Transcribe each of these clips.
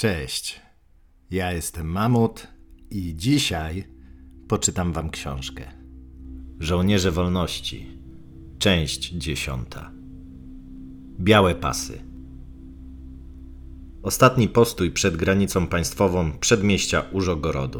Cześć, ja jestem Mamut i dzisiaj poczytam wam książkę. Żołnierze wolności, część 10. Białe pasy. Ostatni postój przed granicą państwową przedmieścia Użogorodu.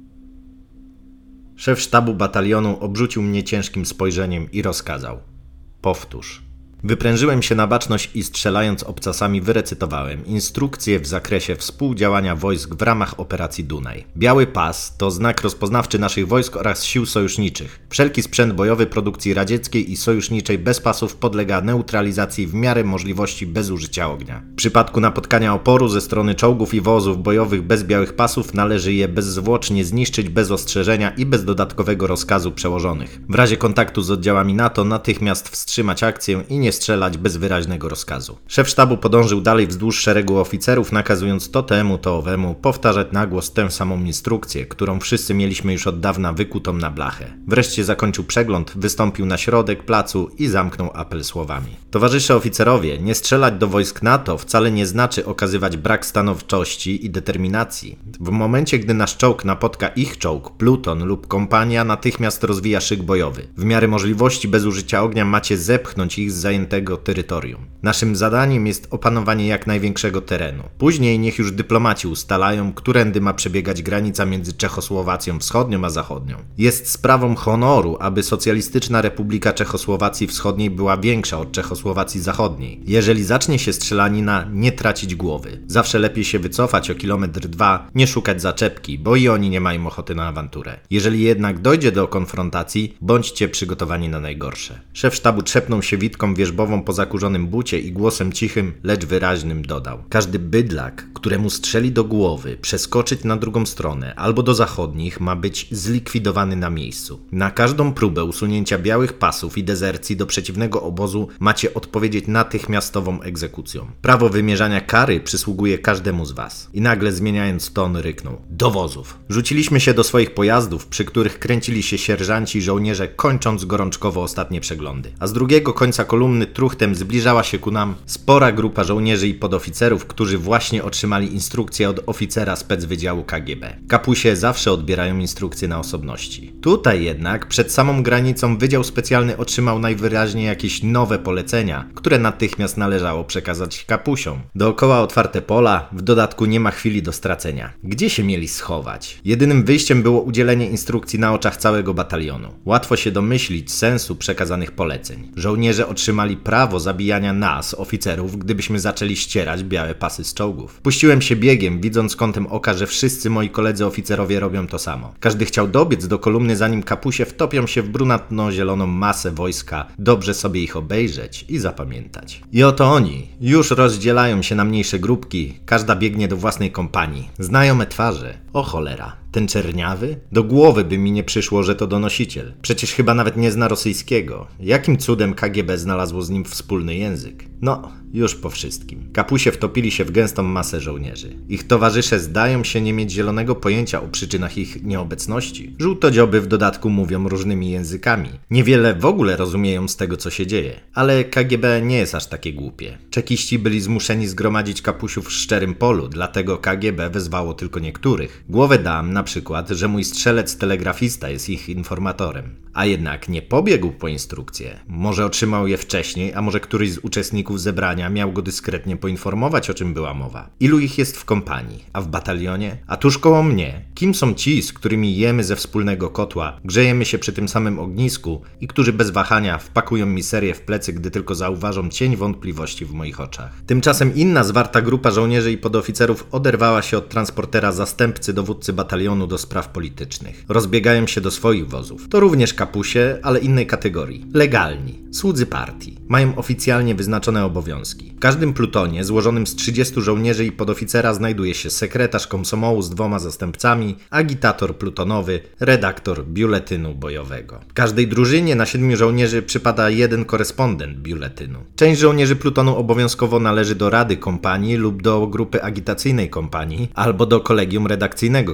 Szef sztabu batalionu obrzucił mnie ciężkim spojrzeniem i rozkazał: powtórz. Wyprężyłem się na baczność i strzelając obcasami wyrecytowałem instrukcje w zakresie współdziałania wojsk w ramach operacji Dunaj. Biały pas to znak rozpoznawczy naszych wojsk oraz sił sojuszniczych. Wszelki sprzęt bojowy produkcji radzieckiej i sojuszniczej bez pasów podlega neutralizacji w miarę możliwości bez użycia ognia. W przypadku napotkania oporu ze strony czołgów i wozów bojowych bez białych pasów należy je bezzwłocznie zniszczyć bez ostrzeżenia i bez dodatkowego rozkazu przełożonych. W razie kontaktu z oddziałami NATO natychmiast wstrzymać akcję i nie strzelać bez wyraźnego rozkazu. Szef sztabu podążył dalej wzdłuż szeregu oficerów, nakazując to temu, to owemu powtarzać na głos tę samą instrukcję, którą wszyscy mieliśmy już od dawna wykutą na blachę. Wreszcie zakończył przegląd, wystąpił na środek placu i zamknął apel słowami: towarzysze oficerowie, nie strzelać do wojsk NATO wcale nie znaczy okazywać brak stanowczości i determinacji. W momencie, gdy nasz czołg napotka ich czołg, pluton lub kompania, natychmiast rozwija szyk bojowy. W miarę możliwości bez użycia ognia macie zepchnąć ich z zajętego terytorium. Naszym zadaniem jest opanowanie jak największego terenu. Później niech już dyplomaci ustalają, którędy ma przebiegać granica między Czechosłowacją Wschodnią a Zachodnią. Jest sprawą honoru, aby Socjalistyczna Republika Czechosłowacji Wschodniej była większa od Czechosłowacji Zachodniej. Jeżeli zacznie się strzelanina, nie tracić głowy. Zawsze lepiej się wycofać o 1-2 km, nie szukać zaczepki, bo i oni nie mają ochoty na awanturę. Jeżeli jednak dojdzie do konfrontacji, bądźcie przygotowani na najgorsze. Szef sztabu trzepnął się witką wierzbową po zakurzonym bucie i głosem cichym, lecz wyraźnym dodał: każdy bydlak, któremu strzeli do głowy, przeskoczyć na drugą stronę albo do zachodnich, ma być zlikwidowany na miejscu. Na każdą próbę usunięcia białych pasów i dezercji do przeciwnego obozu macie odpowiedzieć natychmiastową egzekucją. Prawo wymierzania kary przysługuje każdemu z was. I nagle zmieniając ton ryknął: do wozów. Rzuciliśmy się do swoich pojazdów, przy których kręcili się sierżanci i żołnierze, kończąc gorączkowo ostatnie przeglądy. A z drugiego końca kolumny truchtem zbliżała się ku nam spora grupa żołnierzy i podoficerów, którzy właśnie otrzymali instrukcję od oficera specwydziału KGB. Kapusie zawsze odbierają instrukcje na osobności. Tutaj jednak przed samą granicą Wydział Specjalny otrzymał najwyraźniej jakieś nowe polecenia, które natychmiast należało przekazać kapusiom. Dookoła otwarte pola, w dodatku nie ma chwili do stracenia. Gdzie się mieli schować? Jedynym wyjściem było udzielenie instrukcji na oczach całego batalionu. Łatwo się domyślić sensu przekazanych poleceń. Żołnierze otrzymali prawo zabijania nas, oficerów, gdybyśmy zaczęli ścierać białe pasy z czołgów. Puściłem się biegiem, widząc kątem oka, że wszyscy moi koledzy oficerowie robią to samo. Każdy chciał dobiec do kolumny, zanim kapusie wtopią się w brunatno-zieloną masę wojska, dobrze sobie ich obejrzeć i zapamiętać. I oto oni już rozdzielają się na mniejsze grupki, każda biegnie do własnej kompanii. Znajome twarze. O cholera. Ten czerniawy? Do głowy by mi nie przyszło, że to donosiciel. Przecież chyba nawet nie zna rosyjskiego. Jakim cudem KGB znalazło z nim wspólny język? No, już po wszystkim. Kapusie wtopili się w gęstą masę żołnierzy. Ich towarzysze zdają się nie mieć zielonego pojęcia o przyczynach ich nieobecności. Żółtodzioby w dodatku mówią różnymi językami. Niewiele w ogóle rozumieją z tego, co się dzieje. Ale KGB nie jest aż takie głupie. Czekiści byli zmuszeni zgromadzić kapusiów w szczerym polu, dlatego KGB wezwało tylko niektórych. Głowę dam na przykład, że mój strzelec telegrafista jest ich informatorem. A jednak nie pobiegł po instrukcje. Może otrzymał je wcześniej, a może któryś z uczestników zebrania miał go dyskretnie poinformować, o czym była mowa. Ilu ich jest w kompanii, a w batalionie? A tuż koło mnie, kim są ci, z którymi jemy ze wspólnego kotła, grzejemy się przy tym samym ognisku i którzy bez wahania wpakują mi serię w plecy, gdy tylko zauważą cień wątpliwości w moich oczach? Tymczasem inna zwarta grupa żołnierzy i podoficerów oderwała się od transportera zastępcy dowódcy batalionu do spraw politycznych. Rozbiegają się do swoich wozów. To również kapusie, ale innej kategorii. Legalni. Słudzy partii. Mają oficjalnie wyznaczone obowiązki. W każdym plutonie złożonym z 30 żołnierzy i podoficera znajduje się sekretarz komsomołu z 2 zastępcami, agitator plutonowy, redaktor biuletynu bojowego. W każdej drużynie na 7 żołnierzy przypada 1 korespondent biuletynu. Część żołnierzy plutonu obowiązkowo należy do rady kompanii lub do grupy agitacyjnej kompanii albo do kolegium redakcyjnego kompanii.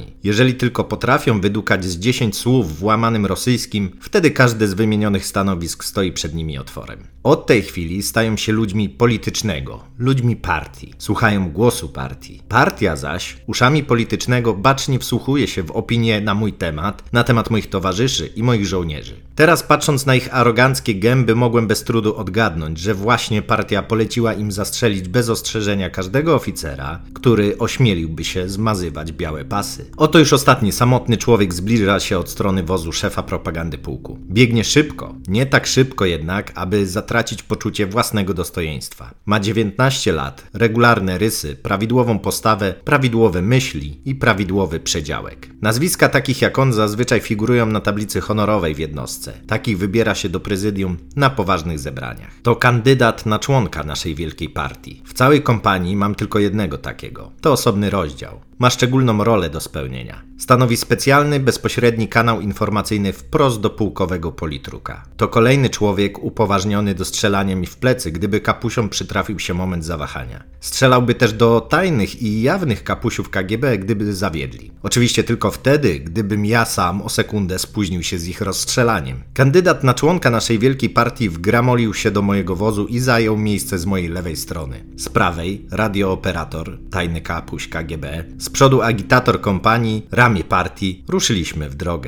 kompanii. Jeżeli tylko potrafią wydukać z 10 słów w łamanym rosyjskim, wtedy każde z wymienionych stanowisk stoi przed nimi otworem. Od tej chwili stają się ludźmi politycznego, ludźmi partii. Słuchają głosu partii. Partia zaś uszami politycznego bacznie wsłuchuje się w opinie na temat moich towarzyszy i moich żołnierzy. Teraz patrząc na ich aroganckie gęby mogłem bez trudu odgadnąć, że właśnie partia poleciła im zastrzelić bez ostrzeżenia każdego oficera, który ośmieliłby się zmazywać białe pasy. Oto już ostatni samotny człowiek zbliża się od strony wozu szefa propagandy pułku. Biegnie szybko, nie tak szybko jednak, aby zatracić poczucie własnego dostojeństwa. Ma 19 lat, regularne rysy, prawidłową postawę, prawidłowe myśli i prawidłowy przedziałek. Nazwiska takich jak on zazwyczaj figurują na tablicy honorowej w jednostce. Takich wybiera się do prezydium na poważnych zebraniach. To kandydat na członka naszej wielkiej partii. W całej kompanii mam tylko jednego takiego. To osobny rozdział. Ma szczególną rolę do spełnienia. Stanowi specjalny, bezpośredni kanał informacyjny wprost do pułkowego politruka. To kolejny człowiek upoważniony do strzelania mi w plecy, gdyby kapusiom przytrafił się moment zawahania. Strzelałby też do tajnych i jawnych kapusiów KGB, gdyby zawiedli. Oczywiście tylko wtedy, gdybym ja sam o sekundę spóźnił się z ich rozstrzelaniem. Kandydat na członka naszej wielkiej partii wgramolił się do mojego wozu i zajął miejsce z mojej lewej strony. Z prawej radiooperator, tajny kapuś KGB, z przodu agitator kompanii, ramię partii, ruszyliśmy w drogę.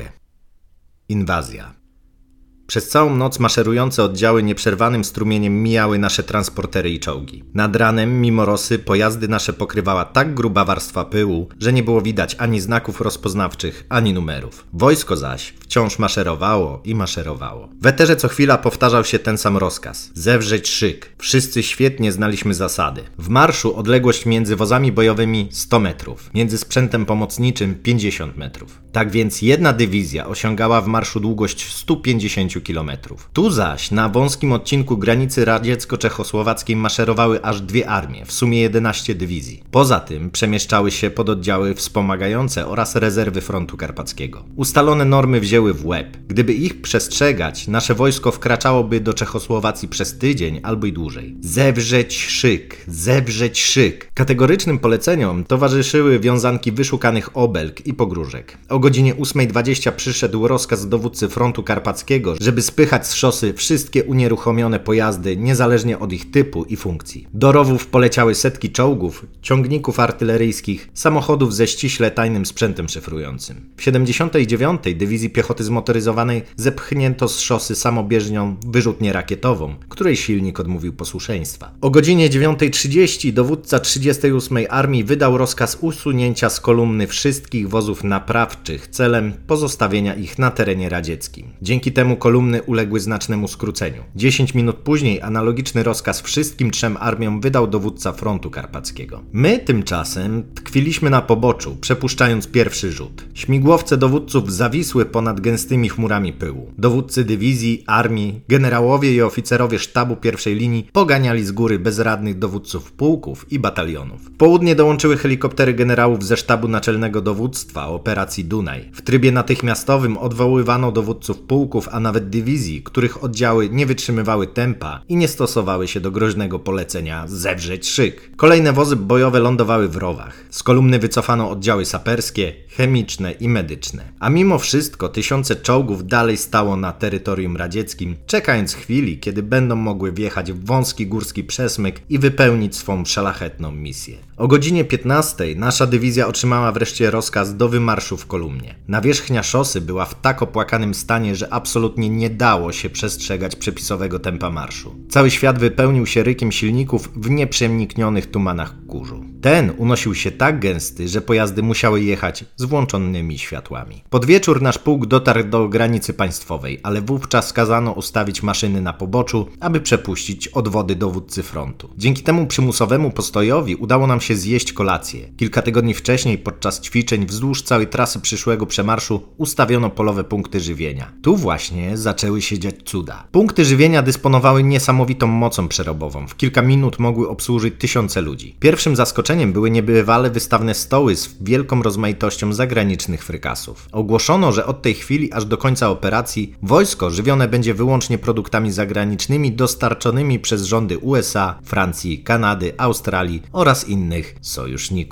Inwazja. Przez całą noc maszerujące oddziały nieprzerwanym strumieniem mijały nasze transportery i czołgi. Nad ranem, mimo rosy, pojazdy nasze pokrywała tak gruba warstwa pyłu, że nie było widać ani znaków rozpoznawczych, ani numerów. Wojsko zaś wciąż maszerowało i maszerowało. W eterze co chwila powtarzał się ten sam rozkaz. Zewrzeć szyk. Wszyscy świetnie znaliśmy zasady. W marszu odległość między wozami bojowymi 100 metrów, między sprzętem pomocniczym 50 metrów. Tak więc jedna dywizja osiągała w marszu długość 150 km. Tu zaś na wąskim odcinku granicy radziecko-czechosłowackiej maszerowały aż 2 armie, w sumie 11 dywizji. Poza tym przemieszczały się pododdziały wspomagające oraz rezerwy frontu karpackiego. Ustalone normy wzięły w łeb. Gdyby ich przestrzegać, nasze wojsko wkraczałoby do Czechosłowacji przez tydzień albo i dłużej. Zewrzeć szyk, zewrzeć szyk. Kategorycznym poleceniom towarzyszyły wiązanki wyszukanych obelg i pogróżek. O godzinie 8:20 przyszedł rozkaz dowódcy frontu karpackiego, żeby spychać z szosy wszystkie unieruchomione pojazdy, niezależnie od ich typu i funkcji. Do rowów poleciały setki czołgów, ciągników artyleryjskich, samochodów ze ściśle tajnym sprzętem szyfrującym. W 79. Dywizji Piechoty Zmotoryzowanej zepchnięto z szosy samobieżnią wyrzutnię rakietową, której silnik odmówił posłuszeństwa. O godzinie 9:30 dowódca 38. Armii wydał rozkaz usunięcia z kolumny wszystkich wozów naprawczych celem pozostawienia ich na terenie radzieckim. Dzięki temu kolumny uległy znacznemu skróceniu. 10 minut później analogiczny rozkaz wszystkim 3 armiom wydał dowódca frontu karpackiego. My tymczasem tkwiliśmy na poboczu, przepuszczając pierwszy rzut. Śmigłowce dowódców zawisły ponad gęstymi chmurami pyłu. Dowódcy dywizji, armii, generałowie i oficerowie sztabu pierwszej linii poganiali z góry bezradnych dowódców pułków i batalionów. W południe dołączyły helikoptery generałów ze sztabu naczelnego dowództwa operacji Dunaj. W trybie natychmiastowym odwoływano dowódców pułków, a nawet dywizji, których oddziały nie wytrzymywały tempa i nie stosowały się do groźnego polecenia zewrzeć szyk. Kolejne wozy bojowe lądowały w rowach. Z kolumny wycofano oddziały saperskie, chemiczne i medyczne. A mimo wszystko tysiące czołgów dalej stało na terytorium radzieckim, czekając chwili, kiedy będą mogły wjechać w wąski górski przesmyk i wypełnić swą szlachetną misję. O godzinie 15 nasza dywizja otrzymała wreszcie rozkaz do wymarszu w kolumnie. Nawierzchnia szosy była w tak opłakanym stanie, że absolutnie nie dało się przestrzegać przepisowego tempa marszu. Cały świat wypełnił się rykiem silników w nieprzeniknionych tumanach kurzu. Ten unosił się tak gęsty, że pojazdy musiały jechać z włączonymi światłami. Pod wieczór nasz pułk dotarł do granicy państwowej, ale wówczas kazano ustawić maszyny na poboczu, aby przepuścić odwody dowódcy frontu. Dzięki temu przymusowemu postojowi udało nam się zjeść kolację. Kilka tygodni wcześniej podczas ćwiczeń wzdłuż całej trasy przyszłego przemarszu ustawiono polowe punkty żywienia. Tu właśnie zaczęły się dziać cuda. Punkty żywienia dysponowały niesamowitą mocą przerobową. W kilka minut mogły obsłużyć tysiące ludzi. Pierwszym zaskoczeniem były niebywale wystawne stoły z wielką rozmaitością zagranicznych frykasów. Ogłoszono, że od tej chwili aż do końca operacji wojsko żywione będzie wyłącznie produktami zagranicznymi dostarczonymi przez rządy USA, Francji, Kanady, Australii oraz innych sojuszników.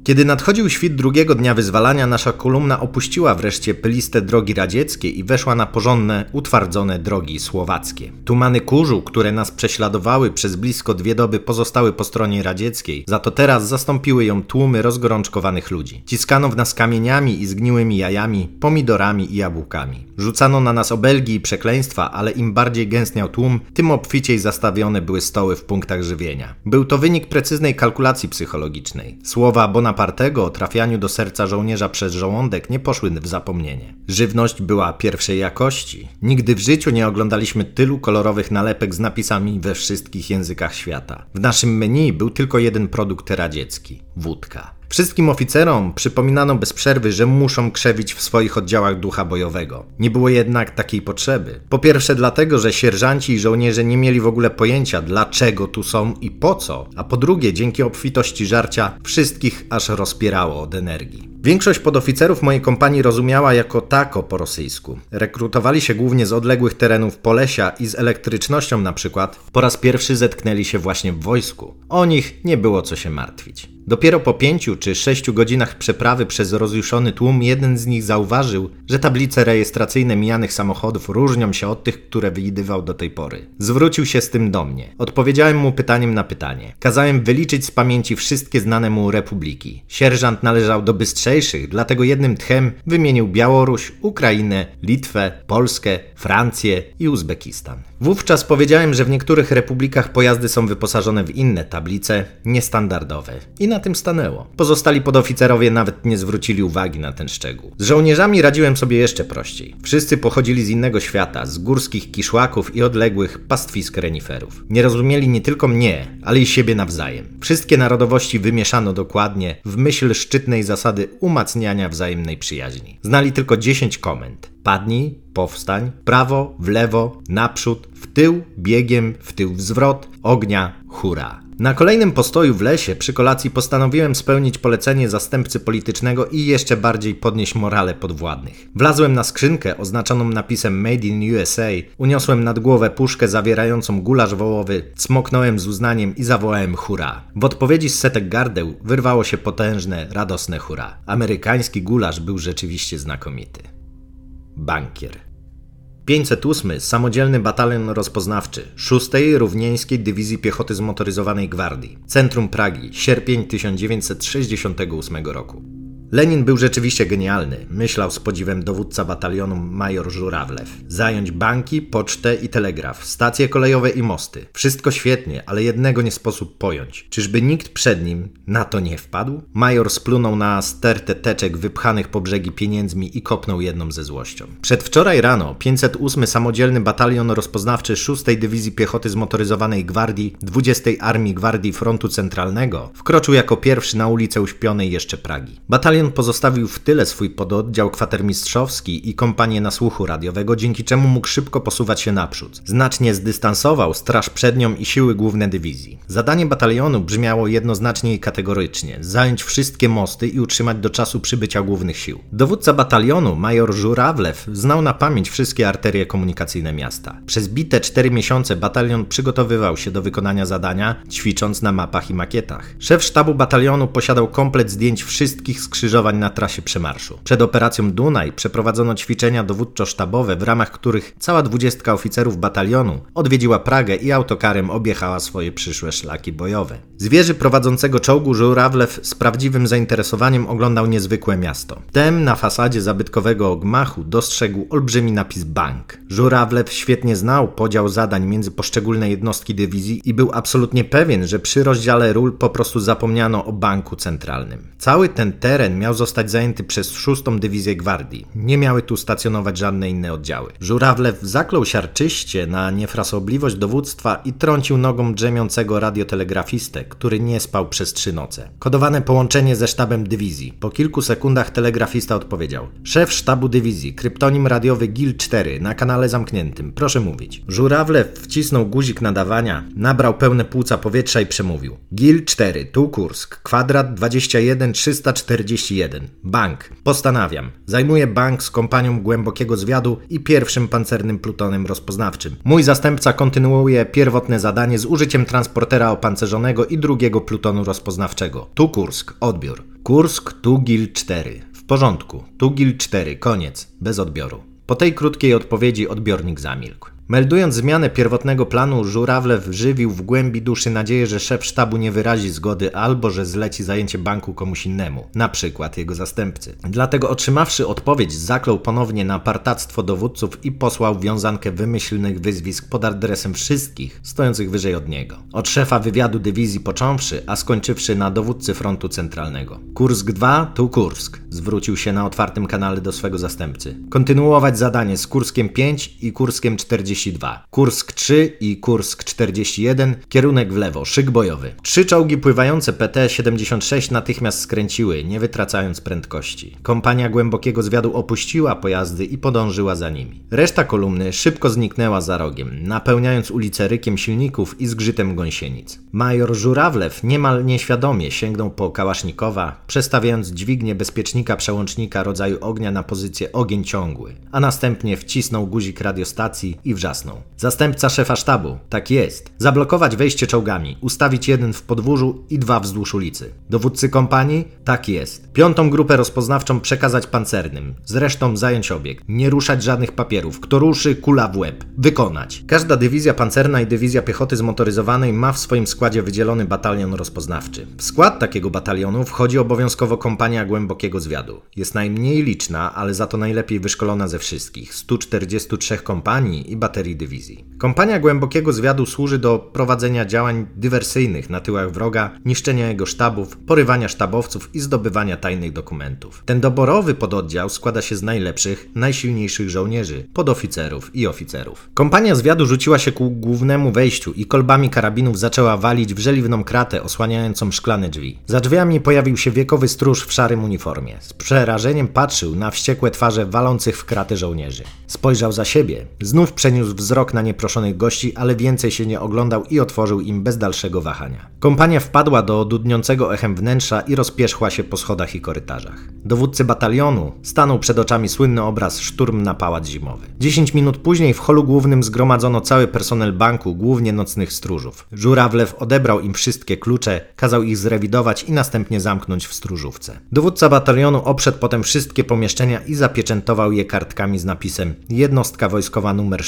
Kiedy nadchodził świt drugiego dnia wyzwalania, nasza kolumna opuściła wreszcie pyliste drogi radzieckie i weszła na porządne, utwardzone drogi słowackie. Tumany kurzu, które nas prześladowały przez blisko 2 doby, pozostały po stronie radzieckiej, za to teraz zastąpiły ją tłumy rozgorączkowanych ludzi. Ciskano w nas kamieniami i zgniłymi jajami, pomidorami i jabłkami. Rzucano na nas obelgi i przekleństwa, ale im bardziej gęstniał tłum, tym obficiej zastawione były stoły w punktach żywienia. Był to wynik precyznej kalkulacji psychologicznej. Słowa Bonapartego o trafianiu do serca żołnierza przez żołądek nie poszły w zapomnienie. Żywność była pierwszej jakości. Nigdy w życiu nie oglądaliśmy tylu kolorowych nalepek z napisami we wszystkich językach świata. W naszym menu był tylko jeden produkt radziecki – wódka. Wszystkim oficerom przypominano bez przerwy, że muszą krzewić w swoich oddziałach ducha bojowego. Nie było jednak takiej potrzeby. Po pierwsze dlatego, że sierżanci i żołnierze nie mieli w ogóle pojęcia, dlaczego tu są i po co, a po drugie dzięki obfitości żarcia wszystkich aż rozpierało od energii. Większość podoficerów mojej kompanii rozumiała jako tako po rosyjsku. Rekrutowali się głównie z odległych terenów Polesia i z elektrycznością na przykład. Po raz pierwszy zetknęli się właśnie w wojsku. O nich nie było co się martwić. Dopiero po 5 czy 6 godzinach przeprawy przez rozjuszony tłum jeden z nich zauważył, że tablice rejestracyjne mijanych samochodów różnią się od tych, które widywał do tej pory. Zwrócił się z tym do mnie. Odpowiedziałem mu pytaniem na pytanie. Kazałem wyliczyć z pamięci wszystkie znane mu republiki. Sierżant należał do bystrzejszych, dlatego jednym tchem wymienił Białoruś, Ukrainę, Litwę, Polskę, Francję i Uzbekistan. Wówczas powiedziałem, że w niektórych republikach pojazdy są wyposażone w inne tablice, niestandardowe. I na tym stanęło. Pozostali podoficerowie nawet nie zwrócili uwagi na ten szczegół. Z żołnierzami radziłem sobie jeszcze prościej. Wszyscy pochodzili z innego świata, z górskich kiszłaków i odległych pastwisk reniferów. Nie rozumieli nie tylko mnie, ale i siebie nawzajem. Wszystkie narodowości wymieszano dokładnie w myśl szczytnej zasady umacniania wzajemnej przyjaźni. Znali tylko 10 komend. Padnij, powstań, prawo, w lewo, naprzód, w tył, biegiem, w tył, w zwrot, ognia, hura. Na kolejnym postoju w lesie przy kolacji postanowiłem spełnić polecenie zastępcy politycznego i jeszcze bardziej podnieść morale podwładnych. Wlazłem na skrzynkę oznaczoną napisem Made in USA, uniosłem nad głowę puszkę zawierającą gulasz wołowy, cmoknąłem z uznaniem i zawołałem hura. W odpowiedzi z setek gardeł wyrwało się potężne, radosne hura. Amerykański gulasz był rzeczywiście znakomity. Bankier. 508. Samodzielny Batalion Rozpoznawczy 6. Równieńskiej Dywizji Piechoty Zmotoryzowanej Gwardii. Centrum Pragi. Sierpień 1968 roku. Lenin był rzeczywiście genialny, myślał z podziwem dowódca batalionu major Żurawlew. Zająć banki, pocztę i telegraf, stacje kolejowe i mosty. Wszystko świetnie, ale jednego nie sposób pojąć. Czyżby nikt przed nim na to nie wpadł? Major splunął na stertę teczek wypchanych po brzegi pieniędzmi i kopnął jedną ze złością. Przedwczoraj rano 508 Samodzielny Batalion Rozpoznawczy 6. Dywizji Piechoty Zmotoryzowanej Gwardii 20. Armii Gwardii Frontu Centralnego wkroczył jako pierwszy na ulicę uśpionej jeszcze Pragi. Batalion pozostawił w tyle swój pododdział kwatermistrzowski i kompanię nasłuchu radiowego, dzięki czemu mógł szybko posuwać się naprzód. Znacznie zdystansował straż przednią i siły główne dywizji. Zadanie batalionu brzmiało jednoznacznie i kategorycznie: zająć wszystkie mosty i utrzymać do czasu przybycia głównych sił. Dowódca batalionu, major Żurawlew, znał na pamięć wszystkie arterie komunikacyjne miasta. Przez bite 4 miesiące batalion przygotowywał się do wykonania zadania, ćwicząc na mapach i makietach. Szef sztabu batalionu posiadał komplet zdjęć wszystkich skrzyżowań na trasie przemarszu. Przed operacją Dunaj przeprowadzono ćwiczenia dowódczo-sztabowe, w ramach których cała 20 oficerów batalionu odwiedziła Pragę i autokarem objechała swoje przyszłe szlaki bojowe. Z wieży prowadzącego czołgu Żurawlew z prawdziwym zainteresowaniem oglądał niezwykłe miasto. Wtem na fasadzie zabytkowego gmachu dostrzegł olbrzymi napis bank. Żurawlew świetnie znał podział zadań między poszczególne jednostki dywizji i był absolutnie pewien, że przy rozdziale ról po prostu zapomniano o banku centralnym. Cały ten teren miał zostać zajęty przez 6. Dywizję Gwardii. Nie miały tu stacjonować żadne inne oddziały. Żurawlew zaklął siarczyście na niefrasobliwość dowództwa i trącił nogą drzemiącego radiotelegrafistę, który nie spał przez 3 noce. Kodowane połączenie ze sztabem dywizji. Po kilku sekundach telegrafista odpowiedział: szef sztabu dywizji, kryptonim radiowy GIL-4 na kanale zamkniętym. Proszę mówić. Żurawlew wcisnął guzik nadawania, nabrał pełne płuca powietrza i przemówił: GIL-4, tu Kursk, kwadrat 21341. Bank. Postanawiam. Zajmuję bank z kompanią głębokiego zwiadu i 1. pancernym plutonem rozpoznawczym. Mój zastępca kontynuuje pierwotne zadanie z użyciem transportera opancerzonego i 2. plutonu rozpoznawczego. Tu Kursk. Odbiór. Kursk, Tugil 4. W porządku. Tugil 4. Koniec. Bez odbioru. Po tej krótkiej odpowiedzi odbiornik zamilkł. Meldując zmianę pierwotnego planu, Żurawlew żywił w głębi duszy nadzieję, że szef sztabu nie wyrazi zgody albo że zleci zajęcie banku komuś innemu, na przykład jego zastępcy. Dlatego otrzymawszy odpowiedź, zaklął ponownie na partactwo dowódców i posłał wiązankę wymyślnych wyzwisk pod adresem wszystkich stojących wyżej od niego. Od szefa wywiadu dywizji począwszy, a skończywszy na dowódcy frontu centralnego. Kursk 2 tu Kursk, zwrócił się na otwartym kanale do swego zastępcy. Kontynuować zadanie z Kurskiem 5 i Kurskiem 42. Kursk 3 i Kursk 41, kierunek w lewo, szyk bojowy. 3 czołgi pływające PT-76 natychmiast skręciły, nie wytracając prędkości. Kompania głębokiego zwiadu opuściła pojazdy i podążyła za nimi. Reszta kolumny szybko zniknęła za rogiem, napełniając ulicę rykiem silników i zgrzytem gąsienic. Major Żurawlew niemal nieświadomie sięgnął po kałasznikowa, przestawiając dźwignię bezpiecznika przełącznika rodzaju ognia na pozycję ogień ciągły, a następnie wcisnął guzik radiostacji i wrzasnął. Zastępca szefa sztabu, tak jest. Zablokować wejście czołgami, ustawić 1 w podwórzu i 2 wzdłuż ulicy. Dowódcy kompanii, tak jest. 5. grupę rozpoznawczą przekazać pancernym, zresztą zająć obiekt. Nie ruszać żadnych papierów. Kto ruszy, kula w łeb. Wykonać. Każda dywizja pancerna i dywizja piechoty zmotoryzowanej ma w swoim składzie wydzielony batalion rozpoznawczy. W skład takiego batalionu wchodzi obowiązkowo kompania głębokiego zwiadu. Jest najmniej liczna, ale za to najlepiej wyszkolona ze wszystkich. 143 kompanii i baterii dywizji. Kompania głębokiego zwiadu służy do prowadzenia działań dywersyjnych na tyłach wroga, niszczenia jego sztabów, porywania sztabowców i zdobywania tajnych dokumentów. Ten doborowy pododdział składa się z najlepszych, najsilniejszych żołnierzy, podoficerów i oficerów. Kompania zwiadu rzuciła się ku głównemu wejściu i kolbami karabinów zaczęła walić w żeliwną kratę osłaniającą szklane drzwi. Za drzwiami pojawił się wiekowy stróż w szarym uniformie. Z przerażeniem patrzył na wściekłe twarze walących w kratę żołnierzy. Spojrzał za siebie. Znów przeniósł wzrok na nieproszonych gości, ale więcej się nie oglądał i otworzył im bez dalszego wahania. Kompania wpadła do dudniącego echem wnętrza i rozpierzchła się po schodach i korytarzach. Dowódcy batalionu stanął przed oczami słynny obraz szturm na pałac zimowy. 10 minut później w holu głównym zgromadzono cały personel banku, głównie nocnych stróżów. Żurawlew odebrał im wszystkie klucze, kazał ich zrewidować i następnie zamknąć w stróżówce. Dowódca batalionu obszedł potem wszystkie pomieszczenia i zapieczętował je kartkami z napisem jednostka wojskowa numer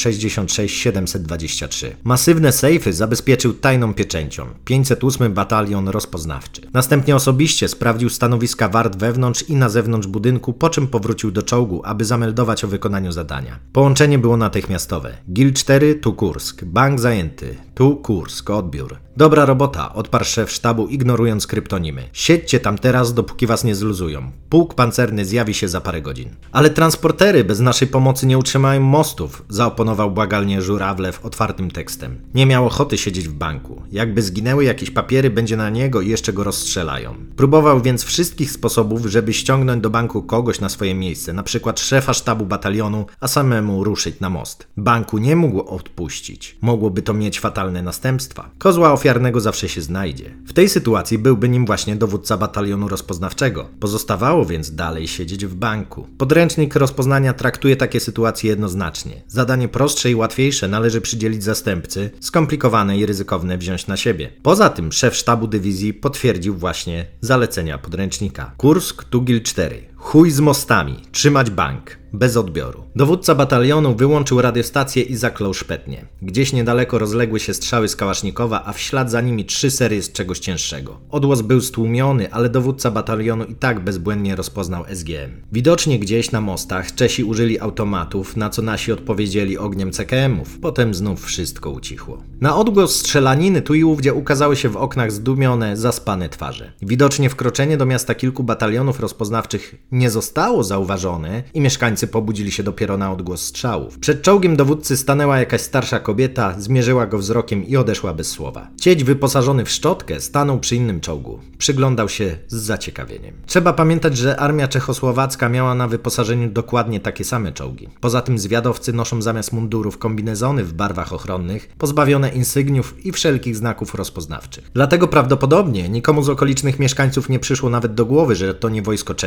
66723. Masywne sejfy zabezpieczył tajną pieczęcią. 508 batalion rozpoznawczy. Następnie osobiście sprawdził stanowiska wart wewnątrz i na zewnątrz budynku, po czym powrócił do czołgu, aby zameldować o wykonaniu zadania. Połączenie było natychmiastowe. GIL 4 tu Kursk. Bank zajęty. Tu Kursk. Odbiór. Dobra robota, odparł szef sztabu, ignorując kryptonimy. Siedźcie tam teraz, dopóki was nie zluzują. Pułk pancerny zjawi się za parę godzin. Ale transportery bez naszej pomocy nie utrzymają mostów, zaoponował błagalnie Żurawlew otwartym tekstem. Nie miał ochoty siedzieć w banku. Jakby zginęły jakieś papiery, będzie na niego i jeszcze go rozstrzelają. Próbował więc wszystkich sposobów, żeby ściągnąć do banku kogoś na swoje miejsce, na przykład szefa sztabu batalionu, a samemu ruszyć na most. Banku nie mógł odpuścić. Mogłoby to mieć fatalne następstwa. Kozła ofiarnego zawsze się znajdzie. W tej sytuacji byłby nim właśnie dowódca batalionu rozpoznawczego. Pozostawało więc dalej siedzieć w banku. Podręcznik rozpoznania traktuje takie sytuacje jednoznacznie. Zadanie prostsze i łatwiejsze należy przydzielić zastępcy, skomplikowane i ryzykowne wziąć na siebie. Poza tym szef sztabu dywizji potwierdził właśnie zalecenia podręcznika. Kursk, Tugil 4. Chuj z mostami. Trzymać bank. Bez odbioru. Dowódca batalionu wyłączył radiostację i zaklął szpetnie. Gdzieś niedaleko rozległy się strzały z kałasznikowa, a w ślad za nimi 3 serie z czegoś cięższego. Odgłos był stłumiony, ale dowódca batalionu i tak bezbłędnie rozpoznał SGM. Widocznie gdzieś na mostach Czesi użyli automatów, na co nasi odpowiedzieli ogniem CKM-ów. Potem znów wszystko ucichło. Na odgłos strzelaniny tu i ówdzie ukazały się w oknach zdumione, zaspane twarze. Widocznie wkroczenie do miasta kilku batalionów rozpoznawczych nie zostało zauważone i mieszkańcy pobudzili się dopiero na odgłos strzałów. Przed czołgiem dowódcy stanęła jakaś starsza kobieta, zmierzyła go wzrokiem i odeszła bez słowa. Cieć wyposażony w szczotkę stanął przy innym czołgu. Przyglądał się z zaciekawieniem. Trzeba pamiętać, że armia czechosłowacka miała na wyposażeniu dokładnie takie same czołgi. Poza tym zwiadowcy noszą zamiast mundurów kombinezony w barwach ochronnych, pozbawione insygniów i wszelkich znaków rozpoznawczych. Dlatego prawdopodobnie nikomu z okolicznych mieszkańców nie przyszło nawet do głowy, że to nie wojsko czeskie.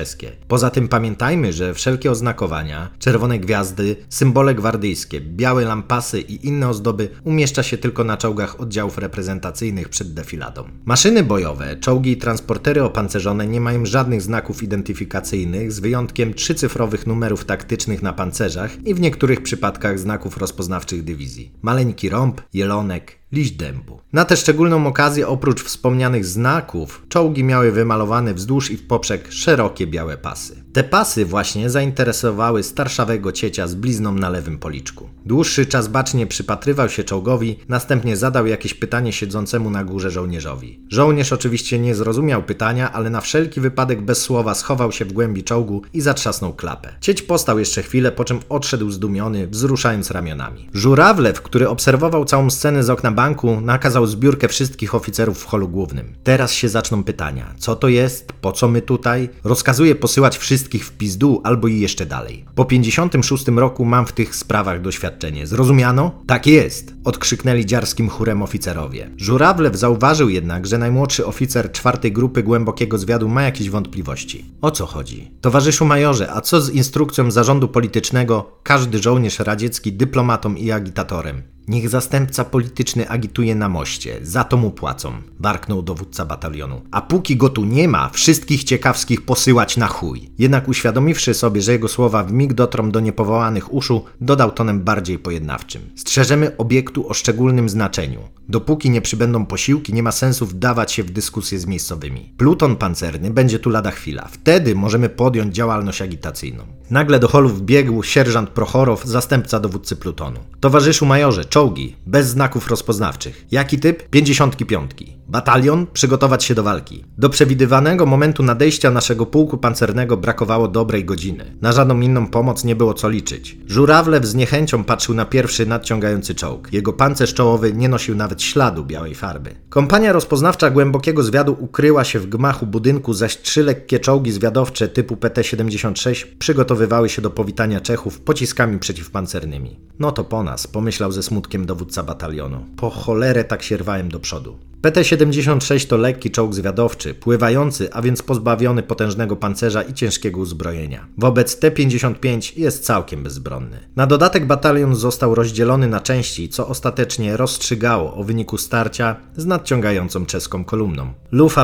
Poza tym pamiętajmy, że wszelkie oznakowania, czerwone gwiazdy, symbole gwardyjskie, białe lampasy i inne ozdoby umieszcza się tylko na czołgach oddziałów reprezentacyjnych przed defiladą. Maszyny bojowe, czołgi i transportery opancerzone nie mają żadnych znaków identyfikacyjnych z wyjątkiem 3-cyfrowych numerów taktycznych na pancerzach i w niektórych przypadkach znaków rozpoznawczych dywizji. Maleńki rąb, jelonek, liść dębu. Na tę szczególną okazję oprócz wspomnianych znaków czołgi miały wymalowane wzdłuż i w poprzek szerokie białe pasy. Te pasy właśnie zainteresowały starszawego ciecia z blizną na lewym policzku. Dłuższy czas bacznie przypatrywał się czołgowi, następnie zadał jakieś pytanie siedzącemu na górze żołnierzowi. Żołnierz oczywiście nie zrozumiał pytania, ale na wszelki wypadek bez słowa schował się w głębi czołgu i zatrzasnął klapę. Cieć postał jeszcze chwilę, po czym odszedł zdumiony, wzruszając ramionami. Żurawlew, który obserwował całą scenę z okna banku, nakazał zbiórkę wszystkich oficerów w holu głównym. Teraz się zaczną pytania. Co to jest? Po co my tutaj? Rozkazuje posyłać wszystkich w pizdu albo i jeszcze dalej. Po 56 roku mam w tych sprawach doświadczenie. Zrozumiano? Tak jest! Odkrzyknęli dziarskim chórem oficerowie. Żurawlew zauważył jednak, że najmłodszy oficer 4. grupy głębokiego zwiadu ma jakieś wątpliwości. O co chodzi? Towarzyszu majorze, a co z instrukcją zarządu politycznego? Każdy żołnierz radziecki dyplomatą i agitatorem. Niech zastępca polityczny agituje na moście, za to mu płacą, warknął dowódca batalionu. A póki go tu nie ma, wszystkich ciekawskich posyłać na chuj. Jednak uświadomiwszy sobie, że jego słowa wmig dotrą do niepowołanych uszu, dodał tonem bardziej pojednawczym. Strzeżemy obiektu o szczególnym znaczeniu. Dopóki nie przybędą posiłki, nie ma sensu wdawać się w dyskusję z miejscowymi. Pluton pancerny będzie tu lada chwila. Wtedy możemy podjąć działalność agitacyjną. Nagle do holu wbiegł sierżant Prochorow, zastępca dowódcy plutonu. Towarzyszu majorze, czołgi, bez znaków rozpoznawczych. Jaki typ? 55. Batalion, przygotować się do walki. Do przewidywanego momentu nadejścia naszego pułku pancernego brakowało dobrej godziny. Na żadną inną pomoc nie było co liczyć. Żurawlew z niechęcią patrzył na pierwszy nadciągający czołg. Jego pancerz czołowy nie nosił nawet śladu białej farby. Kompania rozpoznawcza głębokiego zwiadu ukryła się w gmachu budynku, zaś 3 lekkie czołgi zwiadowcze typu PT-76 przygotowywały się do powitania Czechów pociskami przeciwpancernymi. No to po nas, pomyślał ze smutkiem dowódca batalionu. Po cholerę tak się rwałem do przodu. PT-76 to lekki czołg zwiadowczy, pływający, a więc pozbawiony potężnego pancerza i ciężkiego uzbrojenia. Wobec T-55 jest całkiem bezbronny. Na dodatek batalion został rozdzielony na części, co ostatecznie rozstrzygało o wyniku starcia z nadciągającą czeską kolumną. Lufa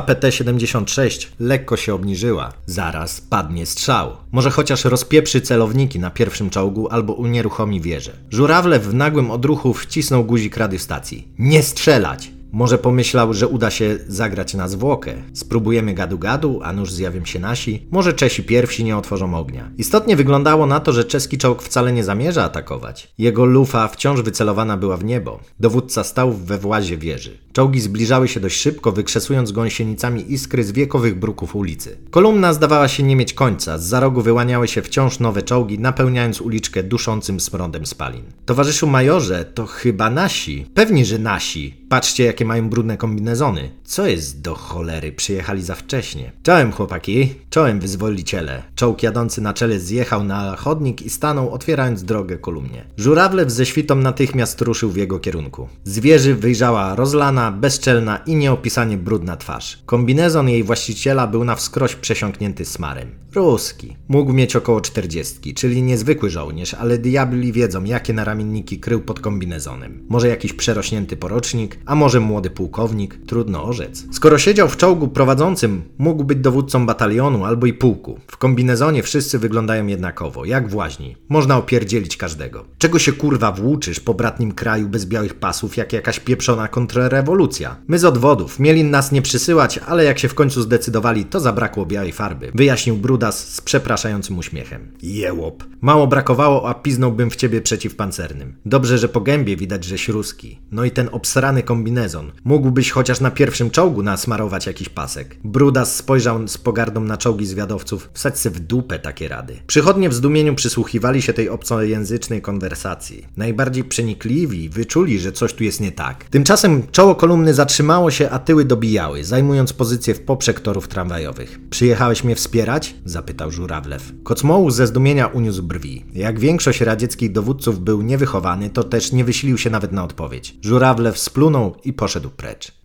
PT-76 lekko się obniżyła. Zaraz padnie strzał. Może chociaż rozpieprzy celowniki na pierwszym czołgu albo unieruchomi wieżę. Żurawlew w nagłym odruchu wcisnął guzik radiostacji. Nie strzelać! Może pomyślał, że uda się zagrać na zwłokę. Spróbujemy gadu-gadu, a nuż zjawią się nasi. Może Czesi pierwsi nie otworzą ognia. Istotnie wyglądało na to, że czeski czołg wcale nie zamierza atakować. Jego lufa wciąż wycelowana była w niebo. Dowódca stał we włazie wieży. Czołgi zbliżały się dość szybko, wykrzesując gąsienicami iskry z wiekowych bruków ulicy. Kolumna zdawała się nie mieć końca. Zza rogu wyłaniały się wciąż nowe czołgi, napełniając uliczkę duszącym smrodem spalin. Towarzyszu majorze, to chyba nasi. Pewnie, że nasi. Patrzcie, jakie mają brudne kombinezony. Co jest do cholery? Przyjechali za wcześnie. Czołem chłopaki, czołem wyzwoliciele. Czołg jadący na czele zjechał na chodnik i stanął, otwierając drogę kolumnie. Żurawlew ze świtą natychmiast ruszył w jego kierunku. Z wieży wyjrzała rozlana, bezczelna i nieopisanie brudna twarz. Kombinezon jej właściciela był na wskroś przesiąknięty smarem. Ruski. Mógł mieć około 40, czyli niezwykły żołnierz, ale diabli wiedzą, jakie naramienniki krył pod kombinezonem. Może jakiś przerośnięty porocznik, a może młody pułkownik, trudno orzec. Skoro siedział w czołgu prowadzącym, mógł być dowódcą batalionu albo i pułku. W kombinezonie wszyscy wyglądają jednakowo, jak w łaźni. Można opierdzielić każdego. Czego się kurwa włóczysz po bratnim kraju bez białych pasów, jak jakaś pieprzona kontrrewolucja? My z odwodów, mieli nas nie przysyłać, ale jak się w końcu zdecydowali, to zabrakło białej farby. Wyjaśnił Brudas z przepraszającym uśmiechem. Jełop. Mało brakowało, a piznąłbym w ciebie przeciwpancernym. Dobrze, że po gębie widać, żeś ruski. No i ten obsrany kombinezon. Mógłbyś chociaż na pierwszym czołgu nasmarować jakiś pasek. Brudas spojrzał z pogardą na czołgi zwiadowców. Wsadź se w dupę takie rady. Przychodnie w zdumieniu przysłuchiwali się tej obcojęzycznej konwersacji. Najbardziej przenikliwi wyczuli, że coś tu jest nie tak. Tymczasem czoło kolumny zatrzymało się, a tyły dobijały, zajmując pozycję w poprzek torów tramwajowych. Przyjechałeś mnie wspierać? Zapytał Żurawlew. Kocmołów ze zdumienia uniósł brwi. Jak większość radzieckich dowódców był niewychowany, to też nie wysilił się nawet na odpowiedź. Żurawlew splunął i poszedł precz.